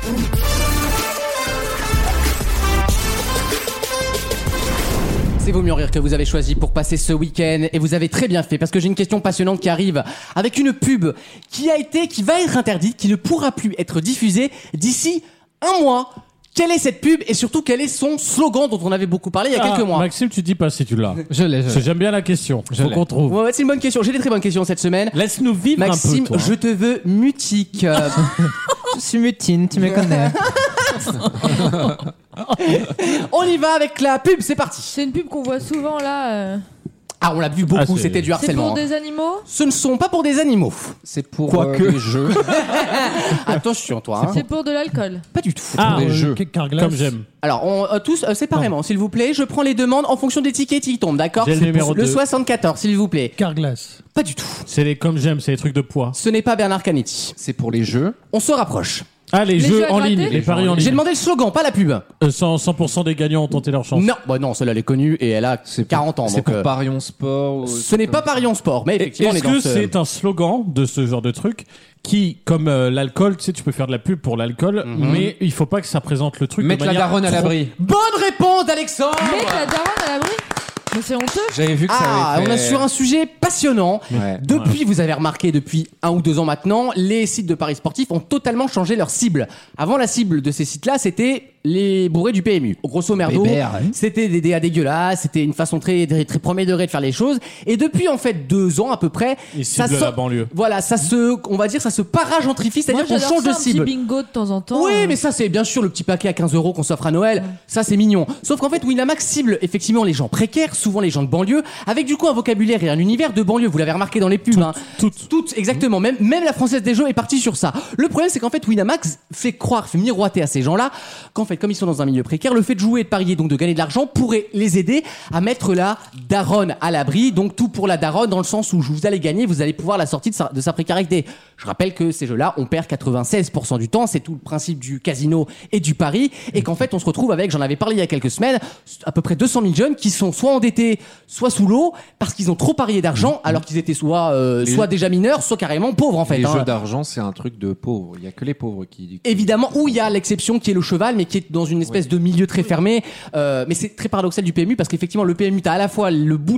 [SPEAKER 2] C'est Vaut mieux en rire que vous avez choisi pour passer ce week-end et vous avez très bien fait parce que j'ai une question passionnante qui arrive avec une pub qui va être interdite, qui ne pourra plus être diffusée d'ici un mois. Quelle est cette pub et surtout quel est son slogan dont on avait beaucoup parlé il y a quelques mois?
[SPEAKER 5] Maxime, tu dis pas si tu l'as.
[SPEAKER 7] Je l'ai.
[SPEAKER 5] Parce que j'aime bien la question. Faut qu'on trouve.
[SPEAKER 2] Ouais, c'est une bonne question. J'ai des très bonnes questions cette semaine.
[SPEAKER 5] Laisse-nous vivre
[SPEAKER 2] Maxime,
[SPEAKER 5] un peu, toi.
[SPEAKER 2] je te veux mutique.
[SPEAKER 7] Je suis mutine, tu me connais.
[SPEAKER 2] On y va avec la pub, c'est parti.
[SPEAKER 4] C'est une pub qu'on voit souvent là.
[SPEAKER 2] Ah, on l'a vu beaucoup, c'était du
[SPEAKER 4] C'est
[SPEAKER 2] harcèlement.
[SPEAKER 4] pour des animaux?
[SPEAKER 2] Ce ne sont pas pour des animaux.
[SPEAKER 3] C'est pour
[SPEAKER 2] Quoique.
[SPEAKER 3] les jeux.
[SPEAKER 2] Attention, toi. Hein.
[SPEAKER 4] C'est pour de l'alcool.
[SPEAKER 2] Pas du tout.
[SPEAKER 3] Des jeux.
[SPEAKER 6] Carglass.
[SPEAKER 5] Comme j'aime.
[SPEAKER 2] Alors, tous séparément, s'il vous plaît. Je prends les demandes en fonction des tickets qui tombent, d'accord?
[SPEAKER 5] J'ai le numéro
[SPEAKER 2] Le
[SPEAKER 5] 2.
[SPEAKER 2] 74, s'il vous plaît.
[SPEAKER 6] Carglass.
[SPEAKER 2] Pas du tout.
[SPEAKER 5] C'est les comme j'aime, c'est les trucs de poids.
[SPEAKER 2] Ce n'est pas Bernard Canetti.
[SPEAKER 3] C'est pour les jeux.
[SPEAKER 2] On se rapproche.
[SPEAKER 5] Ah, les jeux
[SPEAKER 4] jeux à
[SPEAKER 5] en ligne,
[SPEAKER 4] gratter
[SPEAKER 5] les paris en ligne.
[SPEAKER 2] J'ai demandé le slogan, pas la pub.
[SPEAKER 5] 100% des gagnants ont tenté leur chance.
[SPEAKER 2] Non, bah non, celle-là elle est connue et elle a 40 ans.
[SPEAKER 3] C'est
[SPEAKER 2] donc,
[SPEAKER 3] pour Parion Sport.
[SPEAKER 2] ce n'est pas Parion Sport, mais effectivement, on est
[SPEAKER 5] Est-ce
[SPEAKER 2] dans
[SPEAKER 5] que
[SPEAKER 2] ce...
[SPEAKER 5] c'est un slogan de ce genre de truc qui, comme l'alcool, tu sais, tu peux faire de la pub pour l'alcool, mais il faut pas que ça présente le truc
[SPEAKER 3] Mettre
[SPEAKER 5] de
[SPEAKER 3] la
[SPEAKER 5] manière
[SPEAKER 3] daronne à l'abri.
[SPEAKER 2] Bonne réponse d'Alexandre.
[SPEAKER 4] Mettre la daronne à l'abri? Mais c'est honteux.
[SPEAKER 3] J'avais vu que ça
[SPEAKER 2] Ah,
[SPEAKER 3] avait fait...
[SPEAKER 2] on est sur un sujet passionnant.
[SPEAKER 3] Ouais.
[SPEAKER 2] Depuis, vous avez remarqué, depuis 1 ou 2 ans maintenant, les sites de paris sportifs ont totalement changé leur cible. Avant, la cible de ces sites-là, c'était les bourrés du PMU. Grosso merdo, c'était des DA dégueulasses, c'était une façon très premier degré de faire les choses. Et depuis, en fait, 2 ans à peu près,
[SPEAKER 5] Ils ciblent la banlieue.
[SPEAKER 2] Voilà, on va dire, ça se paragentrifie, c'est-à-dire
[SPEAKER 4] Moi,
[SPEAKER 2] qu'on
[SPEAKER 4] j'adore
[SPEAKER 2] change
[SPEAKER 4] ça,
[SPEAKER 2] de
[SPEAKER 4] un petit
[SPEAKER 2] cible.
[SPEAKER 4] bingo de temps en temps.
[SPEAKER 2] Oui, mais ça, c'est bien sûr le petit paquet à 15 € qu'on s'offre à Noël. Ça, c'est mignon. Sauf qu'en fait, Winamax cible effectivement les gens précaires, souvent les gens de banlieue, avec du coup un vocabulaire et un univers de banlieue. Vous l'avez remarqué dans les pubs. Toutes, exactement. Même la Française des Jeux est partie sur ça. Le problème, c'est qu'en fait, Winamax fait miroiter à ces gens-là qu'en fait, comme ils sont dans un milieu précaire, le fait de jouer et de parier, donc de gagner de l'argent, pourrait les aider à mettre la daronne à l'abri. Donc tout pour la daronne, dans le sens où vous allez gagner, vous allez pouvoir la sortir de sa précarité. Je rappelle que ces jeux-là, on perd 96% du temps. C'est tout le principe du casino et du pari. Et qu'en fait, on se retrouve avec, j'en avais parlé il y a quelques semaines, à peu près 200 000 jeunes qui sont soit endettés, soit sous l'eau, parce qu'ils ont trop parié d'argent, alors qu'ils étaient soit déjà mineurs, soit carrément pauvres, en fait.
[SPEAKER 3] Les jeux d'argent, c'est un truc de pauvres. Il y a que les pauvres qui...
[SPEAKER 2] Évidemment, où il y a l'exception qui est le cheval, mais qui est dans une espèce de milieu très fermé. Mais c'est très paradoxal du PMU, parce qu'effectivement, le PMU, t'as à la fois le bout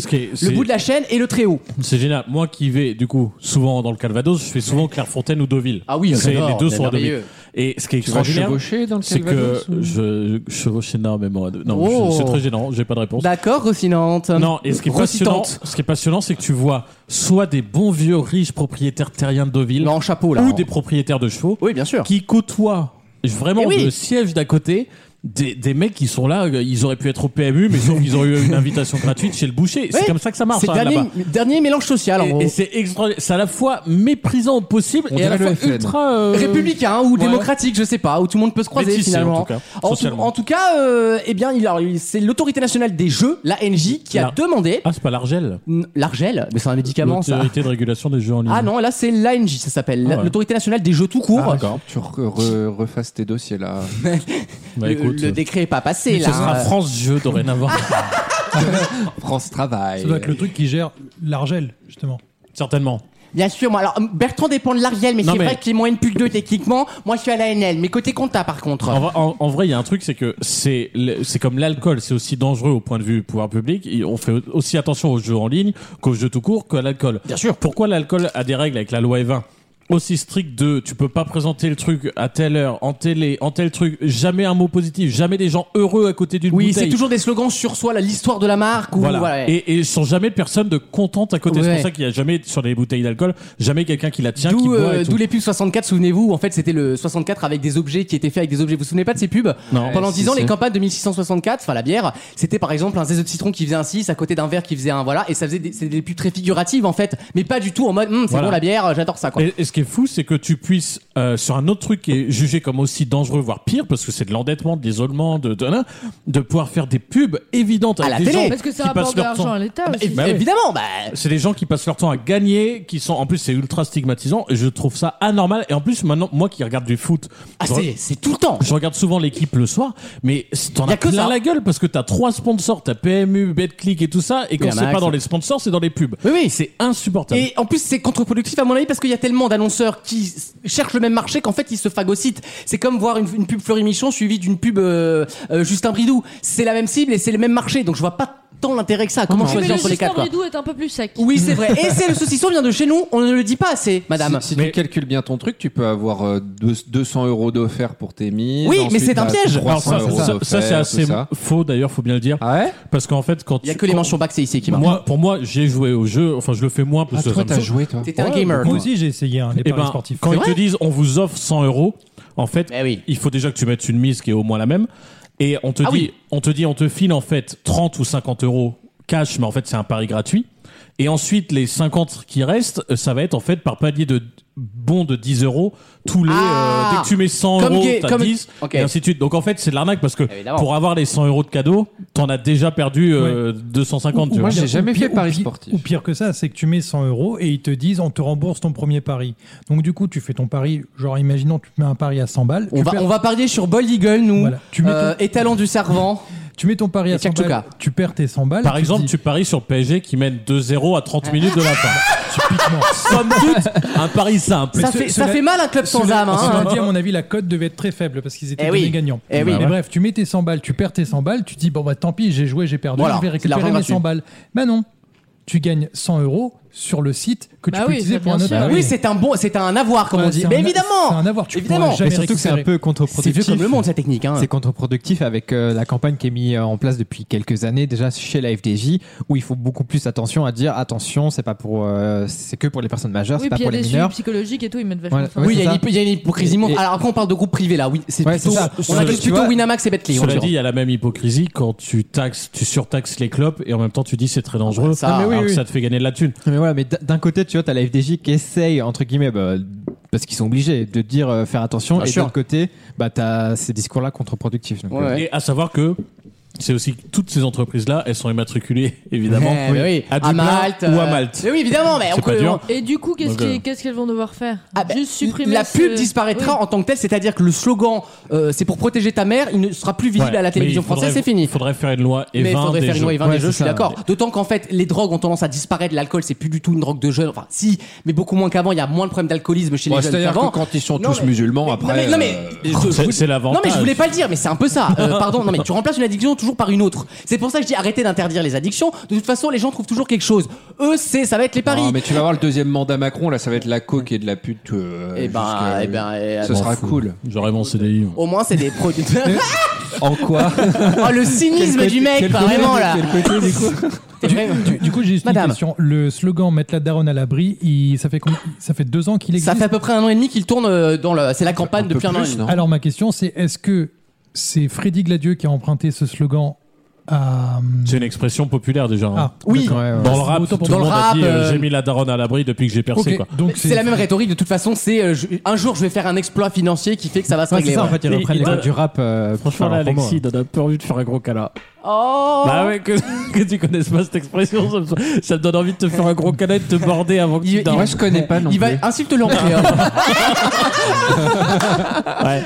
[SPEAKER 2] de la chaîne et le très haut.
[SPEAKER 5] C'est génial. Moi qui vais, du coup, souvent dans le Calvados, je fais souvent Clairefontaine ou Deauville.
[SPEAKER 2] Ah oui,
[SPEAKER 5] c'est les deux sont à Deauville.
[SPEAKER 2] merveilleux.
[SPEAKER 5] Et ce qui est
[SPEAKER 3] Tu vas
[SPEAKER 5] extraordinaire,
[SPEAKER 3] chevaucher dans le
[SPEAKER 5] c'est
[SPEAKER 3] Calvados
[SPEAKER 5] que je chevauche énormément. Non,
[SPEAKER 2] Oh.
[SPEAKER 5] c'est très gênant, j'ai pas de réponse.
[SPEAKER 2] D'accord, Rocinante.
[SPEAKER 5] Non, et ce qui est passionnant, c'est que tu vois soit des bons vieux riches propriétaires terriens de Deauville,
[SPEAKER 2] en chapeau là,
[SPEAKER 5] ou des propriétaires de chevaux,
[SPEAKER 2] oui, bien sûr,
[SPEAKER 5] qui côtoient vraiment
[SPEAKER 2] oui.
[SPEAKER 5] le siège d'à côté. Des mecs qui sont là, ils auraient pu être au PMU, mais sauf qu'ils auraient eu une invitation gratuite chez le boucher. C'est comme ça que ça marche.
[SPEAKER 2] C'est
[SPEAKER 5] là-bas.
[SPEAKER 2] dernier mélange social, en gros.
[SPEAKER 5] Et c'est extraordinaire. C'est à la fois méprisant au possible et à la fois ultra
[SPEAKER 2] républicain ou démocratique, je sais pas, où tout le monde peut se croiser
[SPEAKER 5] métissé,
[SPEAKER 2] finalement.
[SPEAKER 5] En
[SPEAKER 2] tout cas, eh bien, c'est l'autorité nationale des jeux, l'ANJ, qui a demandé.
[SPEAKER 5] Ah, c'est pas l'Argel.
[SPEAKER 2] L'Argel, mais c'est un médicament, ça.
[SPEAKER 5] L'autorité de régulation des jeux en ligne.
[SPEAKER 2] Ah non, là c'est l'ANJ, ça s'appelle, l'autorité nationale des jeux tout court.
[SPEAKER 3] Ah, d'accord. Tu refasses tes dossiers là.
[SPEAKER 2] Le décret est pas passé là.
[SPEAKER 5] Ce sera France Jeux dorénavant.
[SPEAKER 3] France Travail.
[SPEAKER 6] Ça doit être le truc qui gère l'Argel, justement.
[SPEAKER 5] Certainement.
[SPEAKER 2] Bien sûr, moi, alors Bertrand dépend de l'Ariel, mais c'est vrai qu'il est moins une PUC 2 techniquement. Moi, je suis à l'ANL, mais côté compta par contre.
[SPEAKER 5] En vrai, il y a un truc, c'est que c'est comme l'alcool, c'est aussi dangereux au point de vue pouvoir public. On fait aussi attention aux jeux en ligne qu'aux jeux tout court qu'à l'alcool.
[SPEAKER 2] Bien sûr.
[SPEAKER 5] Pourquoi l'alcool a des règles avec la loi E20 aussi strict de tu peux pas présenter le truc à telle heure, en télé, en tel truc, jamais un mot positif, jamais des gens heureux à côté d'une bouteille.
[SPEAKER 2] Oui, c'est toujours des slogans sur soit l'histoire de la marque ou
[SPEAKER 5] voilà. Et sans jamais de personne de contente à côté.
[SPEAKER 2] Ouais.
[SPEAKER 5] C'est pour ça qu'il y a jamais sur les bouteilles d'alcool, jamais quelqu'un qui la tient, qui boit et tout.
[SPEAKER 2] D'où les pubs 64, souvenez-vous, où en fait c'était le 64 avec des objets qui étaient faits avec des objets. Vous vous souvenez pas de ces pubs?
[SPEAKER 5] Non.
[SPEAKER 2] Pendant 10 ans, les campagnes de 1664, enfin la bière, c'était par exemple un zeste de citron qui faisait un 6 à côté d'un verre qui faisait un voilà, et ça faisait c'est des pubs très figuratives en fait, mais pas du tout en mode c'est bon la bière, j'adore ça quoi.
[SPEAKER 5] Et ce qui est fou, c'est que tu puisses sur un autre truc qui est jugé comme aussi dangereux voire pire parce que c'est de l'endettement, de l'isolement, de pouvoir faire des pubs évidentes
[SPEAKER 2] à la
[SPEAKER 5] des
[SPEAKER 2] télé
[SPEAKER 5] gens
[SPEAKER 4] parce que ça
[SPEAKER 5] qui
[SPEAKER 4] rapporte
[SPEAKER 5] passent
[SPEAKER 4] de
[SPEAKER 5] leur temps.
[SPEAKER 4] l'argent à l'État aussi.
[SPEAKER 2] Évidemment,
[SPEAKER 5] c'est des gens qui passent leur temps à gagner, qui sont en plus c'est ultra stigmatisant et je trouve ça anormal et en plus maintenant moi qui regarde du foot,
[SPEAKER 2] c'est tout le temps.
[SPEAKER 5] Je regarde souvent l'équipe le soir, mais t'en as plein la gueule parce que t'as 3 sponsors, t'as PMU, BetClick et tout ça et quand c'est pas dans les sponsors, c'est dans les pubs.
[SPEAKER 2] Oui.
[SPEAKER 5] C'est insupportable.
[SPEAKER 2] Et en plus c'est contre-productif à mon avis parce qu'il y a tellement d'annonces annonceurs qui cherchent le même marché qu'en fait ils se phagocytent. C'est comme voir une pub Fleury Michon suivie d'une pub Justin Bridou. C'est la même cible et c'est le même marché. Donc je vois pas tant l'intérêt que ça. Comment choisir entre les quatre, quoi.
[SPEAKER 4] Justin Bridou est un peu plus sec.
[SPEAKER 2] Oui, c'est vrai. Et c'est le saucisson vient de chez nous. On ne le dit pas assez, madame.
[SPEAKER 3] Si tu calcules bien ton truc, tu peux avoir 200 € d'offert pour tes mises.
[SPEAKER 2] Oui, mais
[SPEAKER 3] Ensuite,
[SPEAKER 2] c'est un
[SPEAKER 3] t'as
[SPEAKER 2] piège.
[SPEAKER 3] 300
[SPEAKER 5] Alors,
[SPEAKER 3] €
[SPEAKER 5] ça, c'est assez faux d'ailleurs, faut bien le dire.
[SPEAKER 3] Ah ouais?
[SPEAKER 5] Parce qu'en fait, quand
[SPEAKER 2] Il y a que les mentions bac, c'est ici qui marchent.
[SPEAKER 5] pour moi, j'ai joué au jeu. Enfin, je le fais moins parce que
[SPEAKER 3] toi,
[SPEAKER 5] ça me
[SPEAKER 3] t'as
[SPEAKER 5] saoule.
[SPEAKER 3] joué, toi.
[SPEAKER 2] T'étais un gamer.
[SPEAKER 6] Moi aussi, j'ai essayé les
[SPEAKER 5] Eh
[SPEAKER 6] paris
[SPEAKER 5] ben,
[SPEAKER 6] sportifs.
[SPEAKER 5] quand
[SPEAKER 2] C'est
[SPEAKER 5] ils te
[SPEAKER 2] vrai
[SPEAKER 5] disent on vous offre 100 €, en fait,
[SPEAKER 2] Eh oui.
[SPEAKER 5] il faut déjà que tu mettes une mise qui est au moins la même. Et on te
[SPEAKER 2] Ah
[SPEAKER 5] dit,
[SPEAKER 2] oui.
[SPEAKER 5] on te file en fait 30 ou 50 € cash, mais en fait c'est un pari gratuit. Et ensuite les 50 qui restent, ça va être en fait par palier de bons de 10 € tous les
[SPEAKER 2] Ah.
[SPEAKER 5] dès que tu mets 100
[SPEAKER 2] Comme
[SPEAKER 5] €, t'as
[SPEAKER 2] comme-
[SPEAKER 5] 10
[SPEAKER 2] Ok.
[SPEAKER 5] et ainsi de suite. Donc en fait c'est de l'arnaque parce que
[SPEAKER 2] Évidemment.
[SPEAKER 5] pour avoir les 100 € de cadeau, t'en as déjà perdu 250. tu
[SPEAKER 3] Moi,
[SPEAKER 5] vois.
[SPEAKER 3] j'ai jamais fait pari
[SPEAKER 6] pire-
[SPEAKER 3] sportif.
[SPEAKER 6] Ou pire que ça, c'est que tu mets 100 € et ils te disent on te rembourse ton premier pari. Donc du coup, tu fais ton pari, genre imaginons tu te mets un pari à 100 balles.
[SPEAKER 2] On va parier sur Bold Eagle, nous.
[SPEAKER 6] Voilà. Tu mets ton-
[SPEAKER 2] étalon du servant.
[SPEAKER 6] Tu mets ton pari
[SPEAKER 2] Et
[SPEAKER 6] à 100
[SPEAKER 2] Tchakchouka.
[SPEAKER 6] balles, tu perds tes 100 balles.
[SPEAKER 5] Par exemple,
[SPEAKER 6] dis,
[SPEAKER 5] tu paries sur le PSG qui mène 2-0 à 30 minutes de la fin.
[SPEAKER 6] typiquement.
[SPEAKER 5] Somme toute, un pari simple.
[SPEAKER 2] Ça fait mal un club sans
[SPEAKER 6] Cela-
[SPEAKER 2] âme. Hein.
[SPEAKER 6] Cela dit, à mon avis, la cote devait être très faible parce qu'ils étaient
[SPEAKER 2] Eh oui.
[SPEAKER 6] donnés gagnants.
[SPEAKER 2] Eh oui.
[SPEAKER 6] Mais bref, tu mets tes 100 balles, tu perds tes 100 balles, tu te dis bon bah tant pis, j'ai joué, j'ai perdu,
[SPEAKER 2] Voilà,
[SPEAKER 6] je vais
[SPEAKER 2] c'est
[SPEAKER 6] récupérer
[SPEAKER 2] l'argent
[SPEAKER 6] mes
[SPEAKER 2] gratuit.
[SPEAKER 6] 100 balles. Ben non, tu gagnes 100 € sur le site que tu
[SPEAKER 4] Bah
[SPEAKER 6] peux
[SPEAKER 4] oui,
[SPEAKER 6] utiliser
[SPEAKER 4] ça,
[SPEAKER 6] pour un
[SPEAKER 4] bien
[SPEAKER 6] autre
[SPEAKER 4] sûr.
[SPEAKER 6] pari.
[SPEAKER 2] Oui, c'est un avoir, comme
[SPEAKER 6] Ouais,
[SPEAKER 2] on dit.
[SPEAKER 6] c'est
[SPEAKER 2] Mais
[SPEAKER 6] un-
[SPEAKER 2] évidemment.
[SPEAKER 6] c'est un avoir, tu
[SPEAKER 2] Évidemment.
[SPEAKER 6] pourras jamais
[SPEAKER 7] Mais surtout que c'est un
[SPEAKER 6] récupérer.
[SPEAKER 7] peu contre-productif.
[SPEAKER 2] C'est vieux comme le monde, cette technique. Hein.
[SPEAKER 7] C'est contre-productif avec la campagne qui est mise en place depuis quelques années déjà chez la FDJ où il faut beaucoup plus attention à dire attention, c'est pas pour c'est que pour les personnes majeures,
[SPEAKER 4] Oui,
[SPEAKER 7] c'est pas
[SPEAKER 4] puis il y
[SPEAKER 7] pour
[SPEAKER 4] a
[SPEAKER 7] les
[SPEAKER 4] des suivis
[SPEAKER 7] mineurs.
[SPEAKER 4] psychologiques et tout, ils mettent vachement
[SPEAKER 7] Voilà.
[SPEAKER 4] fin.
[SPEAKER 7] Ouais,
[SPEAKER 2] Oui, il
[SPEAKER 7] c'est
[SPEAKER 2] y a
[SPEAKER 7] ça.
[SPEAKER 2] une hypocrisie.
[SPEAKER 7] Et-
[SPEAKER 2] Alors après, on parle de groupe privé là. Oui, c'est
[SPEAKER 7] Ouais,
[SPEAKER 2] plutôt.
[SPEAKER 7] c'est ça.
[SPEAKER 2] On
[SPEAKER 7] Cela
[SPEAKER 2] appelle
[SPEAKER 7] dit, tu
[SPEAKER 2] plutôt
[SPEAKER 7] vois,
[SPEAKER 2] Winamax et Betclic.
[SPEAKER 5] Cela dit, il y a la même hypocrisie quand tu surtaxes les clopes et en même temps tu dis c'est très dangereux.
[SPEAKER 2] Ça, mais
[SPEAKER 7] oui,
[SPEAKER 5] alors
[SPEAKER 7] oui.
[SPEAKER 5] que ça te fait gagner de la thune.
[SPEAKER 7] Mais voilà, mais d'un côté, tu vois, t'as la FDJ qui essaye, entre guillemets, parce qu'ils sont obligés de dire faire attention,
[SPEAKER 2] Bien
[SPEAKER 7] et de
[SPEAKER 2] sûr.
[SPEAKER 7] l'autre côté, t'as ces discours-là contre-productifs. Donc,
[SPEAKER 2] Ouais.
[SPEAKER 5] Et à savoir que c'est aussi que toutes ces entreprises-là, elles sont immatriculées évidemment
[SPEAKER 2] Oui.
[SPEAKER 5] à
[SPEAKER 2] À
[SPEAKER 5] Dublin
[SPEAKER 2] Malte.
[SPEAKER 5] ou à Malte.
[SPEAKER 2] Mais oui, évidemment. Mais
[SPEAKER 5] C'est
[SPEAKER 2] on
[SPEAKER 5] pas
[SPEAKER 2] peut.
[SPEAKER 5] dur.
[SPEAKER 4] Et du coup,
[SPEAKER 5] Donc,
[SPEAKER 4] qu'est-ce qu'elles vont devoir faire
[SPEAKER 2] Ah ben,
[SPEAKER 4] Juste supprimer
[SPEAKER 2] la pub
[SPEAKER 4] ce-
[SPEAKER 2] disparaîtra
[SPEAKER 4] Oui.
[SPEAKER 2] en tant que telle, c'est-à-dire que le slogan c'est pour protéger ta mère, il ne sera plus visible
[SPEAKER 5] Ouais.
[SPEAKER 2] à la télévision
[SPEAKER 5] Mais il faudrait-
[SPEAKER 2] française, c'est fini.
[SPEAKER 5] Il faudrait faire une loi et
[SPEAKER 2] Mais il
[SPEAKER 5] 20
[SPEAKER 2] faudrait
[SPEAKER 5] des
[SPEAKER 2] faire une
[SPEAKER 5] jeux.
[SPEAKER 2] loi et 20
[SPEAKER 7] Ouais,
[SPEAKER 2] des jeux,
[SPEAKER 7] c'est
[SPEAKER 2] je suis
[SPEAKER 7] ça.
[SPEAKER 2] d'accord. D'autant qu'en fait, les drogues ont tendance à disparaître, l'alcool c'est plus du tout une drogue de jeunes. Enfin, si, mais beaucoup moins qu'avant, il y a moins de problèmes d'alcoolisme chez les jeunes
[SPEAKER 3] C'est-à-dire
[SPEAKER 2] qu'avant.
[SPEAKER 3] que quand ils sont
[SPEAKER 2] Non,
[SPEAKER 3] tous
[SPEAKER 2] mais-
[SPEAKER 3] musulmans, après.
[SPEAKER 2] Non mais,
[SPEAKER 5] C'est l'avantage.
[SPEAKER 2] non mais je voulais pas le dire, mais c'est un peu ça. Pardon, non mais tu remplaces une addiction toujours par une autre. C'est pour ça que je dis arrêtez d'interdire les addictions. De toute façon, les gens trouvent toujours quelque chose. Eux, ça va être les paris.
[SPEAKER 3] Non, mais tu vas voir le deuxième mandat Macron, là, ça va être la coke et de la pute. Ça sera cool.
[SPEAKER 5] J'aurais mon CDI.
[SPEAKER 2] Au moins, c'est des produits.
[SPEAKER 7] En quoi
[SPEAKER 2] Oh, le cynisme du mec, quoi, vraiment là. T'es vraiment-
[SPEAKER 6] Du coup, j'ai juste une
[SPEAKER 2] Madame.
[SPEAKER 6] question. Le slogan mettre la daronne à l'abri, ça fait 2 ans qu'il existe.
[SPEAKER 2] Ça fait à peu près 1 an et demi qu'il tourne dans le. C'est la campagne depuis 1 an et demi.
[SPEAKER 3] non
[SPEAKER 6] Alors ma question, c'est est-ce que c'est Freddy Gladieux qui a emprunté ce slogan à...
[SPEAKER 5] C'est une expression populaire déjà. hein.
[SPEAKER 6] Ah,
[SPEAKER 2] Oui.
[SPEAKER 6] d'accord.
[SPEAKER 5] Dans le rap,
[SPEAKER 6] Autant
[SPEAKER 5] tout
[SPEAKER 6] pour
[SPEAKER 5] le
[SPEAKER 2] dans
[SPEAKER 5] monde
[SPEAKER 2] le
[SPEAKER 5] a
[SPEAKER 2] rap,
[SPEAKER 5] dit j'ai mis la daronne à l'abri depuis que j'ai percé.
[SPEAKER 6] Ok,
[SPEAKER 5] Quoi.
[SPEAKER 6] donc
[SPEAKER 2] C'est la même rhétorique de toute façon. C'est un jour je vais faire un exploit financier qui fait que ça va se
[SPEAKER 7] Ouais,
[SPEAKER 2] régler.
[SPEAKER 7] c'est ça, en
[SPEAKER 2] ouais.
[SPEAKER 7] fait, ils reprennent les codes du rap. pour
[SPEAKER 5] Franchement,
[SPEAKER 7] faire
[SPEAKER 5] là,
[SPEAKER 7] leur promo,
[SPEAKER 5] Alexis, donne un peu envie de faire un gros câlin.
[SPEAKER 2] Oh.
[SPEAKER 5] Bah ouais, que tu connaisses pas cette expression, ça me donne envie de te faire un gros câlin et de te border avant que tu dormes.
[SPEAKER 3] Moi, je connais pas non
[SPEAKER 2] Il va
[SPEAKER 3] plus.
[SPEAKER 2] insulte-le en créole.
[SPEAKER 5] Ouais,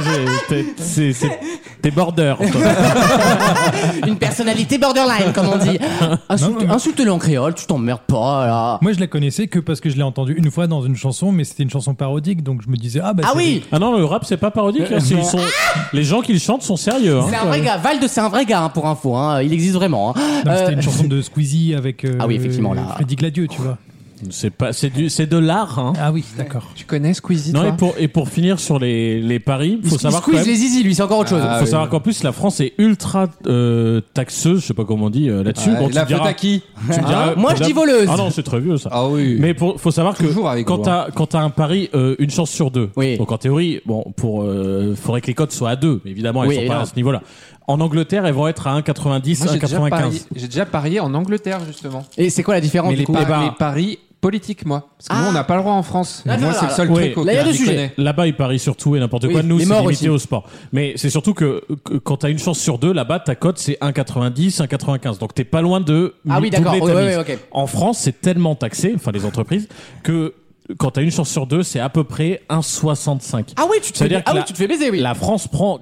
[SPEAKER 5] t'es border. toi.
[SPEAKER 2] Une personnalité borderline, comme on dit. Insulte-le en créole, tu t'emmerdes pas là.
[SPEAKER 6] Moi, je la connaissais que parce que je l'ai entendue une fois dans une chanson, mais c'était une chanson parodique, donc je me disais
[SPEAKER 2] Ah
[SPEAKER 6] c'est-
[SPEAKER 2] oui.
[SPEAKER 5] Ah non, le rap, c'est pas parodique. hein, les gens qui le chantent sont sérieux. hein.
[SPEAKER 2] C'est un vrai gars. Valde, c'est un vrai gars hein, pour info. Hein. Il existe vraiment. Hein.
[SPEAKER 6] Non, mais c'était une chanson de Squeezie avec
[SPEAKER 2] Ah oui, effectivement, là.
[SPEAKER 6] Freddy Gladieux, tu vois.
[SPEAKER 5] C'est de l'art. Hein.
[SPEAKER 6] Ah oui, d'accord.
[SPEAKER 3] Tu connais Squeezie,
[SPEAKER 5] Non,
[SPEAKER 3] toi
[SPEAKER 5] et pour finir sur les paris, faut
[SPEAKER 2] Il
[SPEAKER 5] savoir
[SPEAKER 2] squeeze
[SPEAKER 5] quand même-
[SPEAKER 2] les zizi, lui, c'est encore autre chose.
[SPEAKER 3] Ah,
[SPEAKER 5] faut
[SPEAKER 3] oui.
[SPEAKER 5] savoir qu'en plus la France est ultra taxeuse, je sais pas comment on dit là-dessus.
[SPEAKER 3] Ouais,
[SPEAKER 5] Bon, tu
[SPEAKER 3] la
[SPEAKER 5] me diras-
[SPEAKER 3] faute à qui
[SPEAKER 5] tu me diras-
[SPEAKER 2] Moi, je dis voleuse.
[SPEAKER 5] Ah non, c'est très vieux ça.
[SPEAKER 3] Ah oui.
[SPEAKER 5] Mais faut savoir que
[SPEAKER 3] Toujours avec
[SPEAKER 5] quand
[SPEAKER 3] vous,
[SPEAKER 5] t'as un pari, une chance sur deux.
[SPEAKER 2] Oui.
[SPEAKER 5] Donc en théorie, bon, faudrait que les cotes soient à 2. Mais évidemment, elles
[SPEAKER 2] Oui,
[SPEAKER 5] sont
[SPEAKER 2] évidemment.
[SPEAKER 5] pas à ce niveau-là. En Angleterre, elles vont être à 1,90,
[SPEAKER 3] Moi,
[SPEAKER 5] 1,95.
[SPEAKER 3] j'ai déjà parié en Angleterre, justement.
[SPEAKER 2] Et c'est quoi la différence
[SPEAKER 3] Mais
[SPEAKER 2] du coup
[SPEAKER 5] Eh ben,
[SPEAKER 3] les paris politiques, moi. Parce que nous,
[SPEAKER 2] Ah.
[SPEAKER 3] on n'a pas le droit en France.
[SPEAKER 2] Là,
[SPEAKER 3] Moi,
[SPEAKER 2] là,
[SPEAKER 3] c'est le
[SPEAKER 2] là,
[SPEAKER 3] seul
[SPEAKER 5] là.
[SPEAKER 3] truc
[SPEAKER 5] Oui.
[SPEAKER 2] Là, il y a
[SPEAKER 3] auquel
[SPEAKER 2] deux
[SPEAKER 3] j'y
[SPEAKER 2] sujets.
[SPEAKER 3] connais.
[SPEAKER 5] Là-bas, ils parient sur tout et n'importe
[SPEAKER 2] Oui,
[SPEAKER 5] quoi. Nous,
[SPEAKER 2] les
[SPEAKER 5] c'est
[SPEAKER 2] morts
[SPEAKER 5] limité
[SPEAKER 2] aussi.
[SPEAKER 5] au sport. Mais c'est surtout que quand t'as une chance sur deux, là-bas, ta cote, c'est 1,90, 1,95. Donc t'es pas loin de
[SPEAKER 2] Ah oui, d'accord.
[SPEAKER 5] doubler ta
[SPEAKER 2] Ouais,
[SPEAKER 5] mise.
[SPEAKER 2] ouais, ok.
[SPEAKER 5] En France, c'est tellement taxé, enfin les entreprises, que quand t'as une chance sur deux, c'est à peu près 1,65.
[SPEAKER 2] Ah oui, tu te
[SPEAKER 5] C'est-à-dire
[SPEAKER 2] fais,
[SPEAKER 5] que
[SPEAKER 2] ah oui,
[SPEAKER 5] la-
[SPEAKER 2] tu te fais baiser, oui.
[SPEAKER 5] La France prend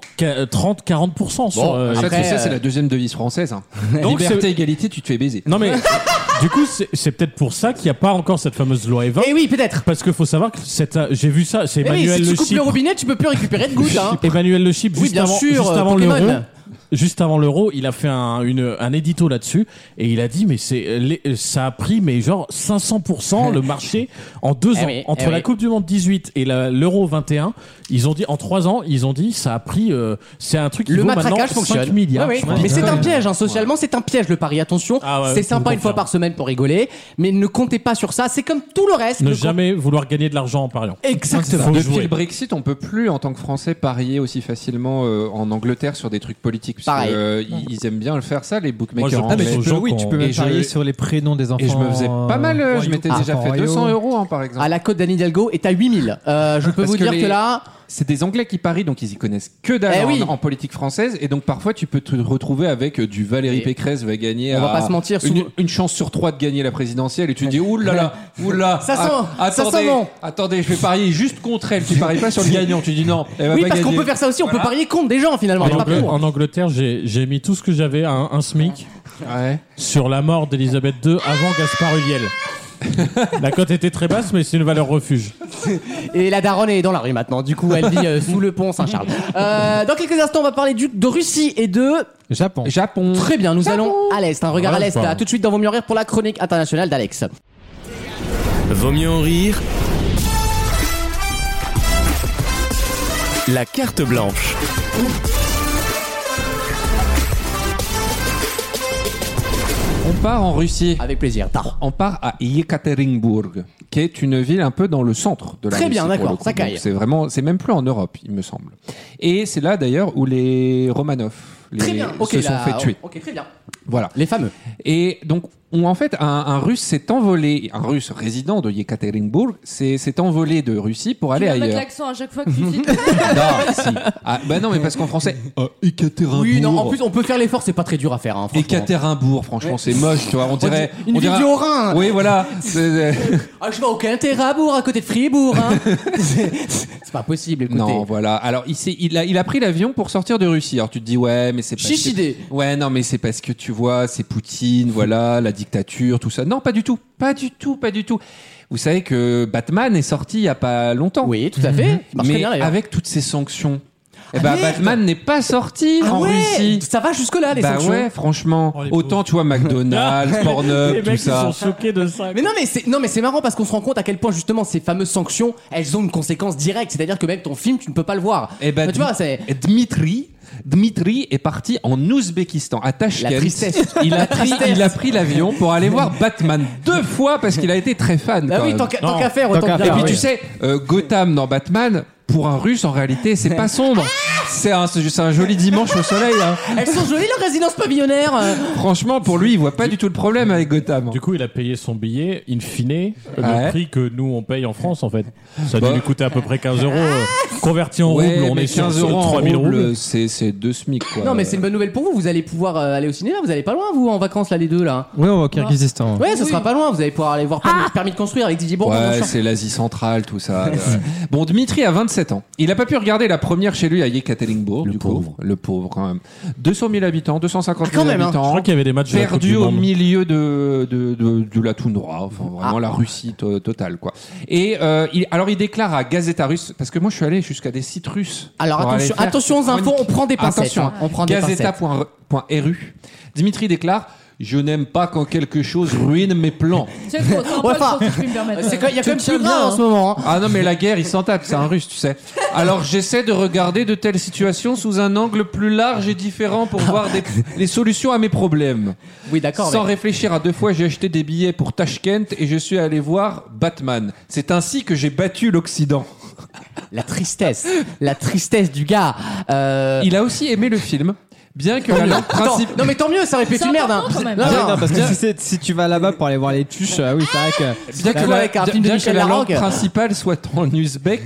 [SPEAKER 5] 30-40% sur.
[SPEAKER 3] En fait,
[SPEAKER 2] après,
[SPEAKER 3] tu sais, c'est la deuxième devise française. Hein.
[SPEAKER 5] Donc,
[SPEAKER 3] Liberté,
[SPEAKER 5] c'est-
[SPEAKER 3] égalité, tu te fais baiser.
[SPEAKER 5] Non mais Du coup, c'est peut-être pour ça qu'il n'y a pas encore cette fameuse loi E20.
[SPEAKER 2] Et oui, peut-être.
[SPEAKER 5] Parce qu'il faut savoir que j'ai vu ça, c'est Emmanuel
[SPEAKER 2] si
[SPEAKER 5] Le
[SPEAKER 2] tu coupes
[SPEAKER 5] Chypre.
[SPEAKER 2] le robinet, tu peux plus récupérer de gouttes. Hein.
[SPEAKER 5] Emmanuel Le Chypre,
[SPEAKER 2] Oui, bien sûr,
[SPEAKER 5] juste avant
[SPEAKER 2] Pokémon.
[SPEAKER 5] l'Euro. Juste avant l'Euro, il a fait un édito là-dessus et il a dit mais ça a pris mais genre 500% le marché en 2 ans
[SPEAKER 2] oui,
[SPEAKER 5] entre la Coupe du Monde 18 et l'Euro 21. Ils ont dit en 3 ans, ils ont dit ça a pris c'est un truc qui
[SPEAKER 2] le
[SPEAKER 5] vaut maintenant
[SPEAKER 2] matraquage
[SPEAKER 5] 5
[SPEAKER 2] fonctionne.
[SPEAKER 5] milliards.
[SPEAKER 2] Ouais, ouais. Mais c'est un piège, hein, socialement, c'est un piège le pari. Attention, c'est sympa une fois par semaine pour rigoler, mais ne comptez pas sur ça. C'est comme tout le reste.
[SPEAKER 5] Ne jamais vouloir gagner de l'argent en pariant.
[SPEAKER 2] Exactement.
[SPEAKER 3] Depuis le Brexit, on peut plus en tant que Français parier aussi facilement en Angleterre sur des trucs politiques. Parce que, ils aiment bien le faire ça, les bookmakers anglais.
[SPEAKER 7] Tu peux même parier sur les prénoms des enfants.
[SPEAKER 3] Et je me faisais pas mal. Je m'étais déjà fait 200 € par exemple.
[SPEAKER 2] À la cote d'Anne Hidalgo est à 8000. Je peux vous dire que là.
[SPEAKER 3] C'est des Anglais qui parient, donc ils y connaissent que dalle en politique française, et donc parfois tu peux te retrouver avec du Valérie Pécresse va gagner.
[SPEAKER 2] On va pas se mentir,
[SPEAKER 3] une chance sur 3 de gagner la présidentielle, et tu te dis oulala,
[SPEAKER 2] ça sent bon.
[SPEAKER 3] Attendez, je vais parier juste contre elle. Tu paries pas sur le gagnant, tu dis non. Elle va
[SPEAKER 2] oui,
[SPEAKER 3] pas
[SPEAKER 2] parce qu'on
[SPEAKER 3] gagner.
[SPEAKER 2] peut faire ça aussi. On peut parier contre des gens finalement.
[SPEAKER 5] En Angleterre, j'ai mis tout ce que j'avais à un SMIC sur la mort d'Elisabeth II avant Gaspard Ulliel. La cote était très basse, mais c'est une valeur refuge.
[SPEAKER 2] Et la daronne est dans la rue maintenant. Du coup, elle vit sous le pont Saint-Charles. Dans quelques instants, on va parler de Russie et de
[SPEAKER 7] Japon.
[SPEAKER 2] Très bien, nous allons à l'Est. Un regard à l'Est. Là, tout de suite dans Vaut mieux en rire pour la chronique internationale d'Alex.
[SPEAKER 1] Vaut mieux en rire. La carte blanche.
[SPEAKER 3] On part en Russie.
[SPEAKER 2] Avec plaisir.
[SPEAKER 3] On part à Yekaterinbourg, qui est une ville un peu dans le centre de la Russie.
[SPEAKER 2] Très bien, d'accord, ça caille.
[SPEAKER 3] C'est même plus en Europe, il me semble. Et c'est là d'ailleurs où les Romanov se sont fait tuer.
[SPEAKER 2] Ok, très bien.
[SPEAKER 3] Voilà.
[SPEAKER 2] Les fameux.
[SPEAKER 3] Et donc, en fait, un Russe s'est envolé, un Russe résident de Yekaterinbourg s'est envolé de Russie pour aller ailleurs.
[SPEAKER 4] Tu vas mettre l'accent à chaque fois que tu cites.
[SPEAKER 3] Non, si. Ah, bah non, mais parce qu'en français, Yekaterinbourg.
[SPEAKER 2] Oui, non, en plus, on peut faire l'effort, c'est pas très dur à faire. Hein,
[SPEAKER 3] Yekaterinbourg, franchement, c'est moche, tu vois. On dirait.
[SPEAKER 2] Une ville du Haut-Rhin.
[SPEAKER 3] Oui, voilà.
[SPEAKER 2] Je vais au Quinterrabourg, à côté de Fribourg. Hein. C'est pas possible, écoutez.
[SPEAKER 3] Non, voilà. Alors, il a pris l'avion pour sortir de Russie. Alors, tu te dis, ouais, mais c'est pas.
[SPEAKER 2] Chiche idée.
[SPEAKER 3] Ouais, non, mais c'est parce que tu vois, c'est Poutine, voilà, la dictature, tout ça. Non, pas du tout. Pas du tout. Vous savez que Batman est sorti il y a pas longtemps.
[SPEAKER 2] Oui, tout à fait.
[SPEAKER 3] Mais avec toutes ces sanctions. Batman n'est pas sorti en Russie.
[SPEAKER 2] Ça va jusque-là, les sanctions.
[SPEAKER 3] Ouais, franchement. Autant, tu vois, McDonald's, Pornhub, tout ça.
[SPEAKER 5] Les mecs, ils sont choqués de ça.
[SPEAKER 2] Mais non, mais c'est marrant parce qu'on se rend compte à quel point, justement, ces fameuses sanctions, elles ont une conséquence directe. C'est-à-dire que même ton film, tu ne peux pas le voir.
[SPEAKER 3] Tu vois, c'est. Dmitri est parti en Ouzbékistan, à Tachkent.
[SPEAKER 2] La tristesse.
[SPEAKER 3] Il a pris l'avion pour aller voir Batman 2 fois parce qu'il a été très fan.
[SPEAKER 2] Ah oui, tant qu'à faire, autant
[SPEAKER 3] Et puis tu sais, Gotham dans Batman, pour un Russe, en réalité, c'est pas sombre. C'est un joli dimanche au soleil. Hein.
[SPEAKER 2] Elles sont jolies, leurs résidences pavillonnaires.
[SPEAKER 3] Franchement, pour lui, il voit pas du tout le problème avec Gotham.
[SPEAKER 5] Du coup, il a payé son billet, in fine, le prix que nous, on paye en France, en fait. Ça a dû lui coûter à peu près 15 €. Converti en roubles, on est sur
[SPEAKER 3] 15 €
[SPEAKER 5] 3 000 roubles.
[SPEAKER 3] C'est 2 SMIC, quoi.
[SPEAKER 2] Non, mais c'est une bonne nouvelle pour vous. Vous allez pouvoir aller au cinéma. Vous allez pas loin, vous, en vacances, là, les deux, là.
[SPEAKER 7] Oui, on va au Kyrgyzstan.
[SPEAKER 2] Ouais, ça sera pas loin. Vous allez pouvoir aller voir Permis de construire avec Didier Bourdon.
[SPEAKER 3] Ouais, c'est l'Asie centrale, tout ça. Bon, Dmitri a 27 ans. Il a pas pu regarder la première chez lui à Yekaterinbourg. Le pauvre, quand même. 200 000 habitants, 250 000 habitants.
[SPEAKER 5] Je crois qu'il y avait des matchs de la Coupe
[SPEAKER 3] perdu
[SPEAKER 5] du
[SPEAKER 3] au
[SPEAKER 5] Monde.
[SPEAKER 3] milieu de la toundra. Enfin, vraiment la Russie totale, quoi. Et il déclare à Gazeta Russe, parce que moi je suis allé jusqu'à des sites russes.
[SPEAKER 2] Alors attention aux infos, on prend des pincettes.
[SPEAKER 3] Attention,
[SPEAKER 2] on prend des pincettes.
[SPEAKER 3] Gazeta.ru. Dimitri déclare: je n'aime pas quand quelque chose ruine mes plans.
[SPEAKER 4] C'est trop, il y a
[SPEAKER 2] quand même plus grave en ce moment. Hein.
[SPEAKER 3] Ah non, mais la guerre, il s'en tape, c'est un Russe, tu sais. Alors j'essaie de regarder de telles situations sous un angle plus large et différent pour voir les solutions à mes problèmes.
[SPEAKER 2] Oui, d'accord.
[SPEAKER 3] Sans réfléchir à 2 fois, j'ai acheté des billets pour Tachkent et je suis allé voir Batman. C'est ainsi que j'ai battu l'Occident.
[SPEAKER 2] La tristesse du gars.
[SPEAKER 3] Il a aussi aimé le film. Bien que la langue principale.
[SPEAKER 2] Non, mais tant mieux, ça aurait pu être une merde. Hein.
[SPEAKER 7] Non, parce que si tu vas là-bas pour aller voir les tuches, oui, c'est vrai que.
[SPEAKER 3] Bien que la langue principale soit en ouzbek,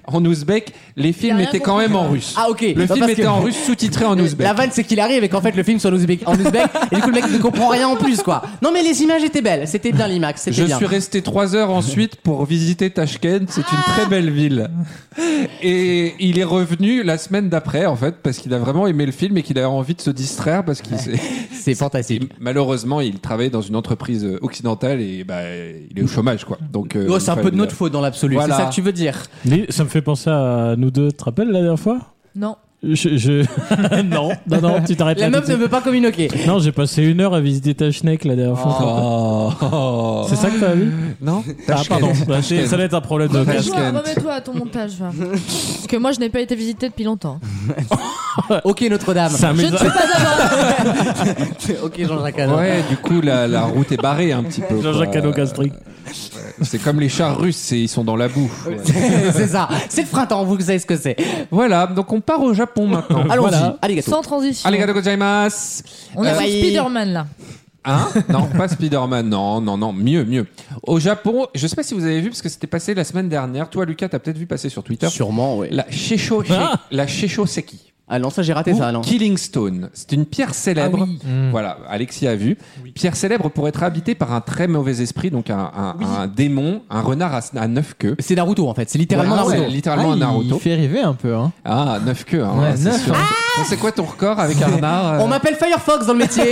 [SPEAKER 3] en ouzbek, les films étaient quand même en russe.
[SPEAKER 2] Ah, ok.
[SPEAKER 3] Le
[SPEAKER 2] Non,
[SPEAKER 3] film
[SPEAKER 2] parce
[SPEAKER 3] était
[SPEAKER 2] que-
[SPEAKER 3] en russe, sous-titré en ouzbek.
[SPEAKER 2] La vanne, c'est qu'il arrive et qu'en fait, le film soit en ouzbek, et du coup, le mec ne comprend rien en plus, quoi. Non, mais les images étaient belles. C'était bien l'IMAX. C'était
[SPEAKER 3] Je
[SPEAKER 2] bien.
[SPEAKER 3] suis resté 3 heures ensuite pour visiter Tashkent. C'est une très belle ville. Et il est revenu la semaine d'après, en fait, parce qu'il a vraiment aimé le film et qu'il a envie de se distraire parce qu'il
[SPEAKER 2] C'est fantastique.
[SPEAKER 3] Malheureusement, il travaillait dans une entreprise occidentale et il est au chômage, quoi. Donc,
[SPEAKER 2] Oh, c'est un peu de notre faute dans l'absolu.
[SPEAKER 3] Voilà.
[SPEAKER 2] C'est ça que tu veux dire.
[SPEAKER 5] Mais ça me fait penser à nous deux. Tu te rappelles la dernière fois?
[SPEAKER 4] Non.
[SPEAKER 5] Non, tu t'arrêtes
[SPEAKER 2] La
[SPEAKER 5] là.
[SPEAKER 2] meuf
[SPEAKER 5] tout
[SPEAKER 2] ne
[SPEAKER 5] de
[SPEAKER 2] veut pas communiquer.
[SPEAKER 5] suite. Non, j'ai passé 1 heure à visiter Tachnek la dernière fois.
[SPEAKER 3] Oh.
[SPEAKER 5] C'est ça que t'as vu?
[SPEAKER 3] Non.
[SPEAKER 5] Ah, pardon. Bah, ça doit être un problème de casque.
[SPEAKER 4] Remets-toi à ton montage, va. Parce que moi, je n'ai pas été visité depuis longtemps.
[SPEAKER 2] Ok, Notre-Dame.
[SPEAKER 5] Ça
[SPEAKER 4] Je ne suis pas d'abord.
[SPEAKER 2] Ok, Jean-Jacques Hano.
[SPEAKER 3] Ouais, du coup, la route est barrée un petit peu.
[SPEAKER 5] Jean-Jacques
[SPEAKER 3] quoi.
[SPEAKER 5] Hano gastrique.
[SPEAKER 3] C'est comme les chars russes, ils sont dans la boue.
[SPEAKER 2] C'est ça. C'est le printemps, vous savez ce que c'est.
[SPEAKER 3] Voilà, donc on part au Japon maintenant.
[SPEAKER 2] Allons-y.
[SPEAKER 5] Voilà.
[SPEAKER 2] Arigato.
[SPEAKER 4] Sans transition.
[SPEAKER 3] Arigato gozaimasu.
[SPEAKER 4] On est sur Spider-Man là.
[SPEAKER 3] Hein? Non, pas Spider-Man, non, mieux. Au Japon, je sais pas si vous avez vu, parce que c'était passé la semaine dernière. Toi, Lucas, t'as peut-être vu passer sur Twitter.
[SPEAKER 2] Sûrement, oui.
[SPEAKER 3] La Sheshoseki.
[SPEAKER 2] Ah non, ça j'ai raté
[SPEAKER 3] Ou
[SPEAKER 2] ça, non.
[SPEAKER 3] Killing Stone. C'est une pierre célèbre.
[SPEAKER 2] Ah oui.
[SPEAKER 3] Voilà, Alexis a vu. Pierre célèbre pour être habitée par un très mauvais esprit, donc un démon, un renard à 9 queues.
[SPEAKER 2] C'est Naruto en fait, c'est littéralement
[SPEAKER 3] Voilà,
[SPEAKER 2] Naruto.
[SPEAKER 3] c'est littéralement un Naruto.
[SPEAKER 7] Il fait rêver un peu. Hein.
[SPEAKER 3] Ah, 9 queues, hein,
[SPEAKER 7] Ouais,
[SPEAKER 3] c'est
[SPEAKER 7] 9,
[SPEAKER 3] sûr.
[SPEAKER 7] hein.
[SPEAKER 3] Ça, c'est quoi ton record avec un renard
[SPEAKER 2] On m'appelle Firefox dans le métier.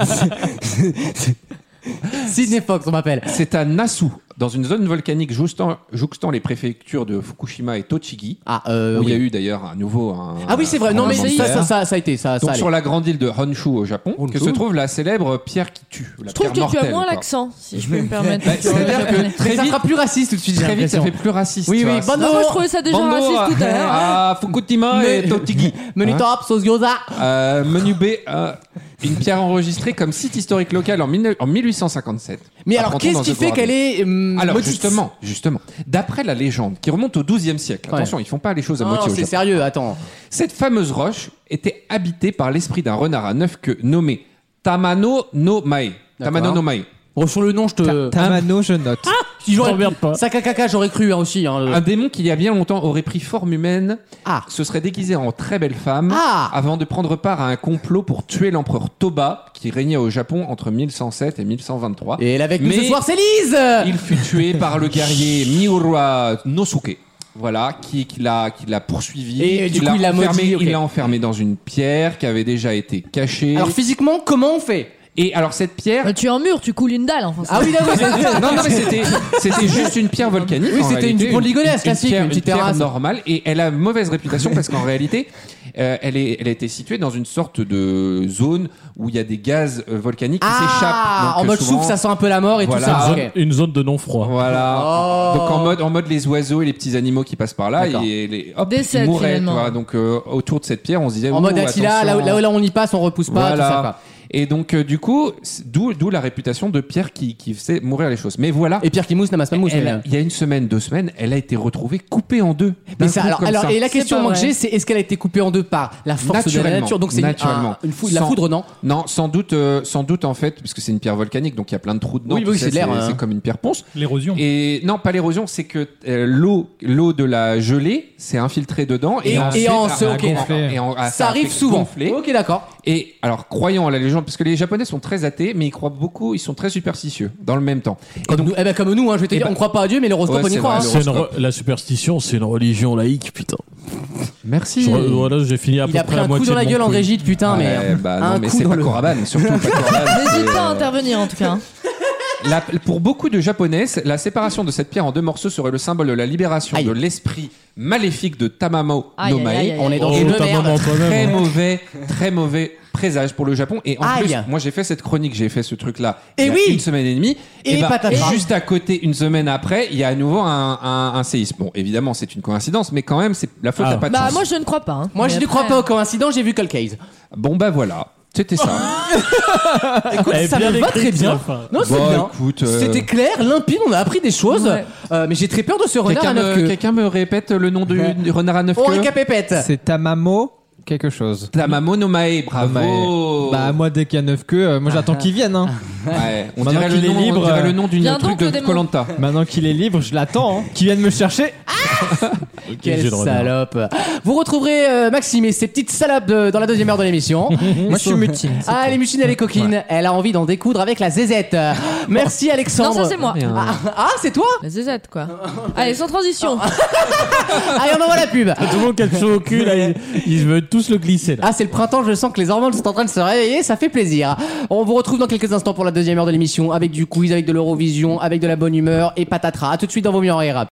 [SPEAKER 2] Sidney Fox, on m'appelle.
[SPEAKER 3] C'est à Nasu, dans une zone volcanique jouxtant les préfectures de Fukushima et Tochigi.
[SPEAKER 2] Ah,
[SPEAKER 3] où il y a
[SPEAKER 2] oui.
[SPEAKER 3] eu d'ailleurs un nouveau.
[SPEAKER 2] Ah oui, c'est vrai. Non, mais ça a été ça.
[SPEAKER 3] Donc
[SPEAKER 2] allait.
[SPEAKER 3] sur la grande île de Honshu au Japon,
[SPEAKER 2] Honshu.
[SPEAKER 3] que se trouve la célèbre pierre qui tue. La
[SPEAKER 4] Je trouve
[SPEAKER 3] pierre
[SPEAKER 4] que tu as
[SPEAKER 3] mortelle,
[SPEAKER 4] moins
[SPEAKER 3] quoi.
[SPEAKER 4] l'accent, si je peux me permettre.
[SPEAKER 3] C'est-à-dire que
[SPEAKER 2] Mais
[SPEAKER 3] très
[SPEAKER 2] ça
[SPEAKER 3] vite,
[SPEAKER 2] sera plus raciste tout de suite. j'ai
[SPEAKER 3] très vite, ça
[SPEAKER 2] l'impression.
[SPEAKER 3] fait plus raciste.
[SPEAKER 2] Oui,
[SPEAKER 3] tu
[SPEAKER 2] oui.
[SPEAKER 3] vois.
[SPEAKER 2] Bando,
[SPEAKER 4] Moi, je trouvais ça déjà
[SPEAKER 3] Bando
[SPEAKER 4] raciste tout à l'heure.
[SPEAKER 3] à Fukushima et Tochigi.
[SPEAKER 2] Menu
[SPEAKER 3] Hein
[SPEAKER 2] top, sauce gyoza.
[SPEAKER 3] Menu B, une pierre enregistrée comme site historique local en 1857.
[SPEAKER 2] Mais alors,
[SPEAKER 3] Apprend-on
[SPEAKER 2] qu'est-ce
[SPEAKER 3] dans
[SPEAKER 2] qui
[SPEAKER 3] The
[SPEAKER 2] fait
[SPEAKER 3] Guardian.
[SPEAKER 2] qu'elle est
[SPEAKER 3] Alors
[SPEAKER 2] maudite
[SPEAKER 3] justement, d'après la légende qui remonte au XIIe siècle,
[SPEAKER 2] Ouais.
[SPEAKER 3] attention, ils font pas les choses à
[SPEAKER 2] Non,
[SPEAKER 3] moitié au
[SPEAKER 2] c'est
[SPEAKER 3] Japon.
[SPEAKER 2] sérieux, attends.
[SPEAKER 3] Cette fameuse roche était habitée par l'esprit d'un renard à 9 queues nommé Tamano no Mae. Tamano no Mae.
[SPEAKER 2] Bon, sur le nom, je te.
[SPEAKER 7] Tamano, je note.
[SPEAKER 2] Si j'aurais
[SPEAKER 5] T'emmerdes pas.
[SPEAKER 2] Sakakaka, j'aurais cru hein, aussi. Hein,
[SPEAKER 3] Un démon qui il y a bien longtemps aurait pris forme humaine, se serait déguisé en très belle femme avant de prendre part à un complot pour tuer l'empereur Toba qui régnait au Japon entre 1107 et 1123.
[SPEAKER 2] Et elle est avec nous
[SPEAKER 3] Mais
[SPEAKER 2] ce soir, c'est Lise.
[SPEAKER 3] il fut tué par le guerrier Miura Nosuke. Voilà, qui l'a poursuivi.
[SPEAKER 2] Et
[SPEAKER 3] qui
[SPEAKER 2] du coup, il l'a
[SPEAKER 3] enfermé,
[SPEAKER 2] maudit, ok.
[SPEAKER 3] il l'a enfermé dans une pierre qui avait déjà été cachée.
[SPEAKER 2] Alors physiquement, comment on fait?
[SPEAKER 3] Et alors cette pierre,
[SPEAKER 4] Tu es en mur, tu coules une dalle. Enfin,
[SPEAKER 2] Ah oui, d'accord.
[SPEAKER 3] non, mais c'était juste une pierre volcanique.
[SPEAKER 2] Oui,
[SPEAKER 3] en
[SPEAKER 2] c'était une
[SPEAKER 3] réalité,
[SPEAKER 2] pont de Ligonnès classique,
[SPEAKER 3] pierre,
[SPEAKER 2] une petite
[SPEAKER 3] pierre
[SPEAKER 2] terrasse.
[SPEAKER 3] normale. Et elle a mauvaise réputation parce qu'en réalité, elle a été située dans une sorte de zone où il y a des gaz volcaniques qui s'échappent.
[SPEAKER 2] Ah,
[SPEAKER 3] Donc,
[SPEAKER 2] en mode
[SPEAKER 3] souvent-
[SPEAKER 2] souffle, ça sent un peu la mort et
[SPEAKER 3] Voilà.
[SPEAKER 2] tout ça.
[SPEAKER 5] Une zone-
[SPEAKER 2] Ok.
[SPEAKER 5] Une zone de non-froid.
[SPEAKER 3] Voilà.
[SPEAKER 2] Oh.
[SPEAKER 3] Donc en mode les oiseaux et les petits animaux qui passent par là
[SPEAKER 2] D'accord.
[SPEAKER 3] et hop,
[SPEAKER 4] Décèdent,
[SPEAKER 3] ils mouraient. Tu
[SPEAKER 4] finalement.
[SPEAKER 3] vois. Donc autour de cette pierre, on se disait
[SPEAKER 2] En mode
[SPEAKER 3] ouh,
[SPEAKER 2] Attila,
[SPEAKER 3] attention.
[SPEAKER 2] là où on y passe, on repousse pas, tout ça.
[SPEAKER 3] Voilà.
[SPEAKER 2] Quoi.
[SPEAKER 3] Et donc du coup, d'où la réputation de pierre qui faisait mourir les choses. Mais voilà.
[SPEAKER 2] Et Pierre qui mousse n'amasse pas mousse.
[SPEAKER 3] Elle
[SPEAKER 2] mais-
[SPEAKER 3] a- il y a une semaine, 2 semaines, elle a été retrouvée coupée en deux.
[SPEAKER 2] Mais
[SPEAKER 3] D'un
[SPEAKER 2] ça,
[SPEAKER 3] coup,
[SPEAKER 2] alors,
[SPEAKER 3] comme ça.
[SPEAKER 2] et la question
[SPEAKER 4] pas
[SPEAKER 2] moi, que
[SPEAKER 4] vrai.
[SPEAKER 2] j'ai, c'est est-ce qu'elle a été coupée en deux par la force de la
[SPEAKER 3] Naturellement.
[SPEAKER 2] nature? Donc c'est
[SPEAKER 3] Naturellement.
[SPEAKER 2] la
[SPEAKER 3] Sans-
[SPEAKER 2] foudre, non?
[SPEAKER 3] Non, sans doute en fait, puisque c'est une pierre volcanique, donc il y a plein de trous dedans.
[SPEAKER 2] Oui,
[SPEAKER 3] tu
[SPEAKER 2] oui,
[SPEAKER 3] sais,
[SPEAKER 2] c'est de l'air, hein.
[SPEAKER 3] C'est comme une pierre ponce.
[SPEAKER 6] L'érosion.
[SPEAKER 3] Et non, pas l'érosion, c'est que l'eau de la gelée s'est infiltrée dedans
[SPEAKER 2] Et
[SPEAKER 3] ensuite
[SPEAKER 2] en
[SPEAKER 3] a
[SPEAKER 2] se- ok.
[SPEAKER 3] gonflé.
[SPEAKER 2] Ça arrive souvent.
[SPEAKER 3] Gonfler.
[SPEAKER 2] Ok, d'accord.
[SPEAKER 3] Et alors, croyant à la légende, parce que les Japonais sont très athées, mais ils croient beaucoup, ils sont très superstitieux dans le même temps.
[SPEAKER 2] Comme nous, comme nous, hein, je vais te dire, on croit pas à Dieu, mais l'horoscope,
[SPEAKER 3] Ouais,
[SPEAKER 2] on y
[SPEAKER 3] c'est
[SPEAKER 2] croit.
[SPEAKER 3] vrai,
[SPEAKER 2] hein.
[SPEAKER 5] C'est
[SPEAKER 3] l'horoscope.
[SPEAKER 5] la superstition, c'est une religion laïque, putain.
[SPEAKER 3] Merci.
[SPEAKER 5] Voilà, j'ai fini à peu
[SPEAKER 2] Il a
[SPEAKER 5] près
[SPEAKER 2] pris
[SPEAKER 5] à
[SPEAKER 2] un coup
[SPEAKER 5] moitié
[SPEAKER 2] dans la
[SPEAKER 5] de mon
[SPEAKER 2] gueule en
[SPEAKER 5] quiz.
[SPEAKER 2] régie, putain, mais.
[SPEAKER 3] Ouais, bah non,
[SPEAKER 2] un
[SPEAKER 3] mais
[SPEAKER 2] coup
[SPEAKER 3] c'est
[SPEAKER 2] dans
[SPEAKER 3] pas
[SPEAKER 2] le-
[SPEAKER 3] Coraban, surtout pas Coraban.
[SPEAKER 4] N'hésite
[SPEAKER 3] c'est,
[SPEAKER 4] pas à intervenir en tout cas.
[SPEAKER 3] Pour beaucoup de Japonais, la séparation de cette pierre en deux morceaux serait le symbole de la libération
[SPEAKER 2] Aïe.
[SPEAKER 3] de l'esprit maléfique de Tamamo
[SPEAKER 4] Aïe,
[SPEAKER 3] no
[SPEAKER 4] aïe,
[SPEAKER 3] Mae.
[SPEAKER 4] aïe, aïe.
[SPEAKER 2] On est dans
[SPEAKER 5] Oh,
[SPEAKER 2] une
[SPEAKER 5] ta
[SPEAKER 2] merde.
[SPEAKER 5] maman, toi-même.
[SPEAKER 3] Très mauvais présage pour le Japon. Et en
[SPEAKER 2] Aïe.
[SPEAKER 3] plus, moi j'ai fait cette chronique, j'ai fait ce truc-là
[SPEAKER 2] Et
[SPEAKER 3] il y a
[SPEAKER 2] oui.
[SPEAKER 3] une semaine et demie.
[SPEAKER 2] Et
[SPEAKER 3] ben,
[SPEAKER 2] patatras.
[SPEAKER 3] juste à côté, une semaine après, il y a à nouveau un séisme. Bon, évidemment, c'est une coïncidence, mais quand même, c'est la faute
[SPEAKER 5] Ah.
[SPEAKER 3] n'a pas de
[SPEAKER 4] Bah,
[SPEAKER 3] chance.
[SPEAKER 4] moi je ne crois pas. hein.
[SPEAKER 2] Moi, je
[SPEAKER 4] Mais
[SPEAKER 2] ne crois
[SPEAKER 4] après-
[SPEAKER 2] pas aux coïncidences, j'ai vu Cold Case.
[SPEAKER 3] Bon, bah voilà. C'était ça.
[SPEAKER 2] Écoute,
[SPEAKER 5] Elle est
[SPEAKER 2] ça
[SPEAKER 5] bien
[SPEAKER 2] me va
[SPEAKER 5] écrite,
[SPEAKER 2] très bien.
[SPEAKER 5] la fin.
[SPEAKER 2] Non, c'est
[SPEAKER 3] Bon,
[SPEAKER 2] bien.
[SPEAKER 3] écoute,
[SPEAKER 2] C'était clair, limpide, on a appris des choses.
[SPEAKER 4] Ouais.
[SPEAKER 2] Mais j'ai très peur de ce renard à neuf queues.
[SPEAKER 3] Quelqu'un me répète le nom du renard à 9
[SPEAKER 2] On
[SPEAKER 3] queues
[SPEAKER 2] récapépète.
[SPEAKER 7] C'est Tamamo quelque chose.
[SPEAKER 3] Tamamo no Mae, bravo.
[SPEAKER 7] Bah moi dès qu'il y a 9 queues, moi j'attends qu'il vienne. Hein.
[SPEAKER 3] Ouais, on
[SPEAKER 7] Maintenant
[SPEAKER 3] dirait
[SPEAKER 7] qu'il
[SPEAKER 3] le
[SPEAKER 7] est
[SPEAKER 3] nom,
[SPEAKER 7] libre,
[SPEAKER 3] on dirait le nom d'une
[SPEAKER 4] Viens
[SPEAKER 3] truc
[SPEAKER 4] donc, le
[SPEAKER 3] de
[SPEAKER 4] démon.
[SPEAKER 3] Koh-Lanta.
[SPEAKER 7] Maintenant qu'il est libre, je l'attends. Hein. Qu'il vienne me chercher.
[SPEAKER 2] Quelle salope. Vous retrouverez Maxime et ses petites salopes dans la deuxième heure de l'émission.
[SPEAKER 7] Moi, je suis mutine.
[SPEAKER 2] Ah, elle est mutine, elle est coquine. Ouais. Elle a envie d'en découdre avec la zézette. Merci Alexandre.
[SPEAKER 4] Non, ça c'est moi.
[SPEAKER 2] Ah, c'est toi?
[SPEAKER 4] La zézette, quoi. Allez, sans transition.
[SPEAKER 2] Allez, on envoie la pub.
[SPEAKER 5] Tout le monde qui a le chaud au cul, là, ils veulent tous le glisser. Là.
[SPEAKER 2] Ah, c'est le printemps, je sens que les hormones sont en train de se réveiller, ça fait plaisir. On vous retrouve dans quelques instants pour la deuxième heure de l'émission avec du quiz, avec de l'Eurovision, avec de la bonne humeur et patatras. À tout de suite dans Vaut mieux en rire.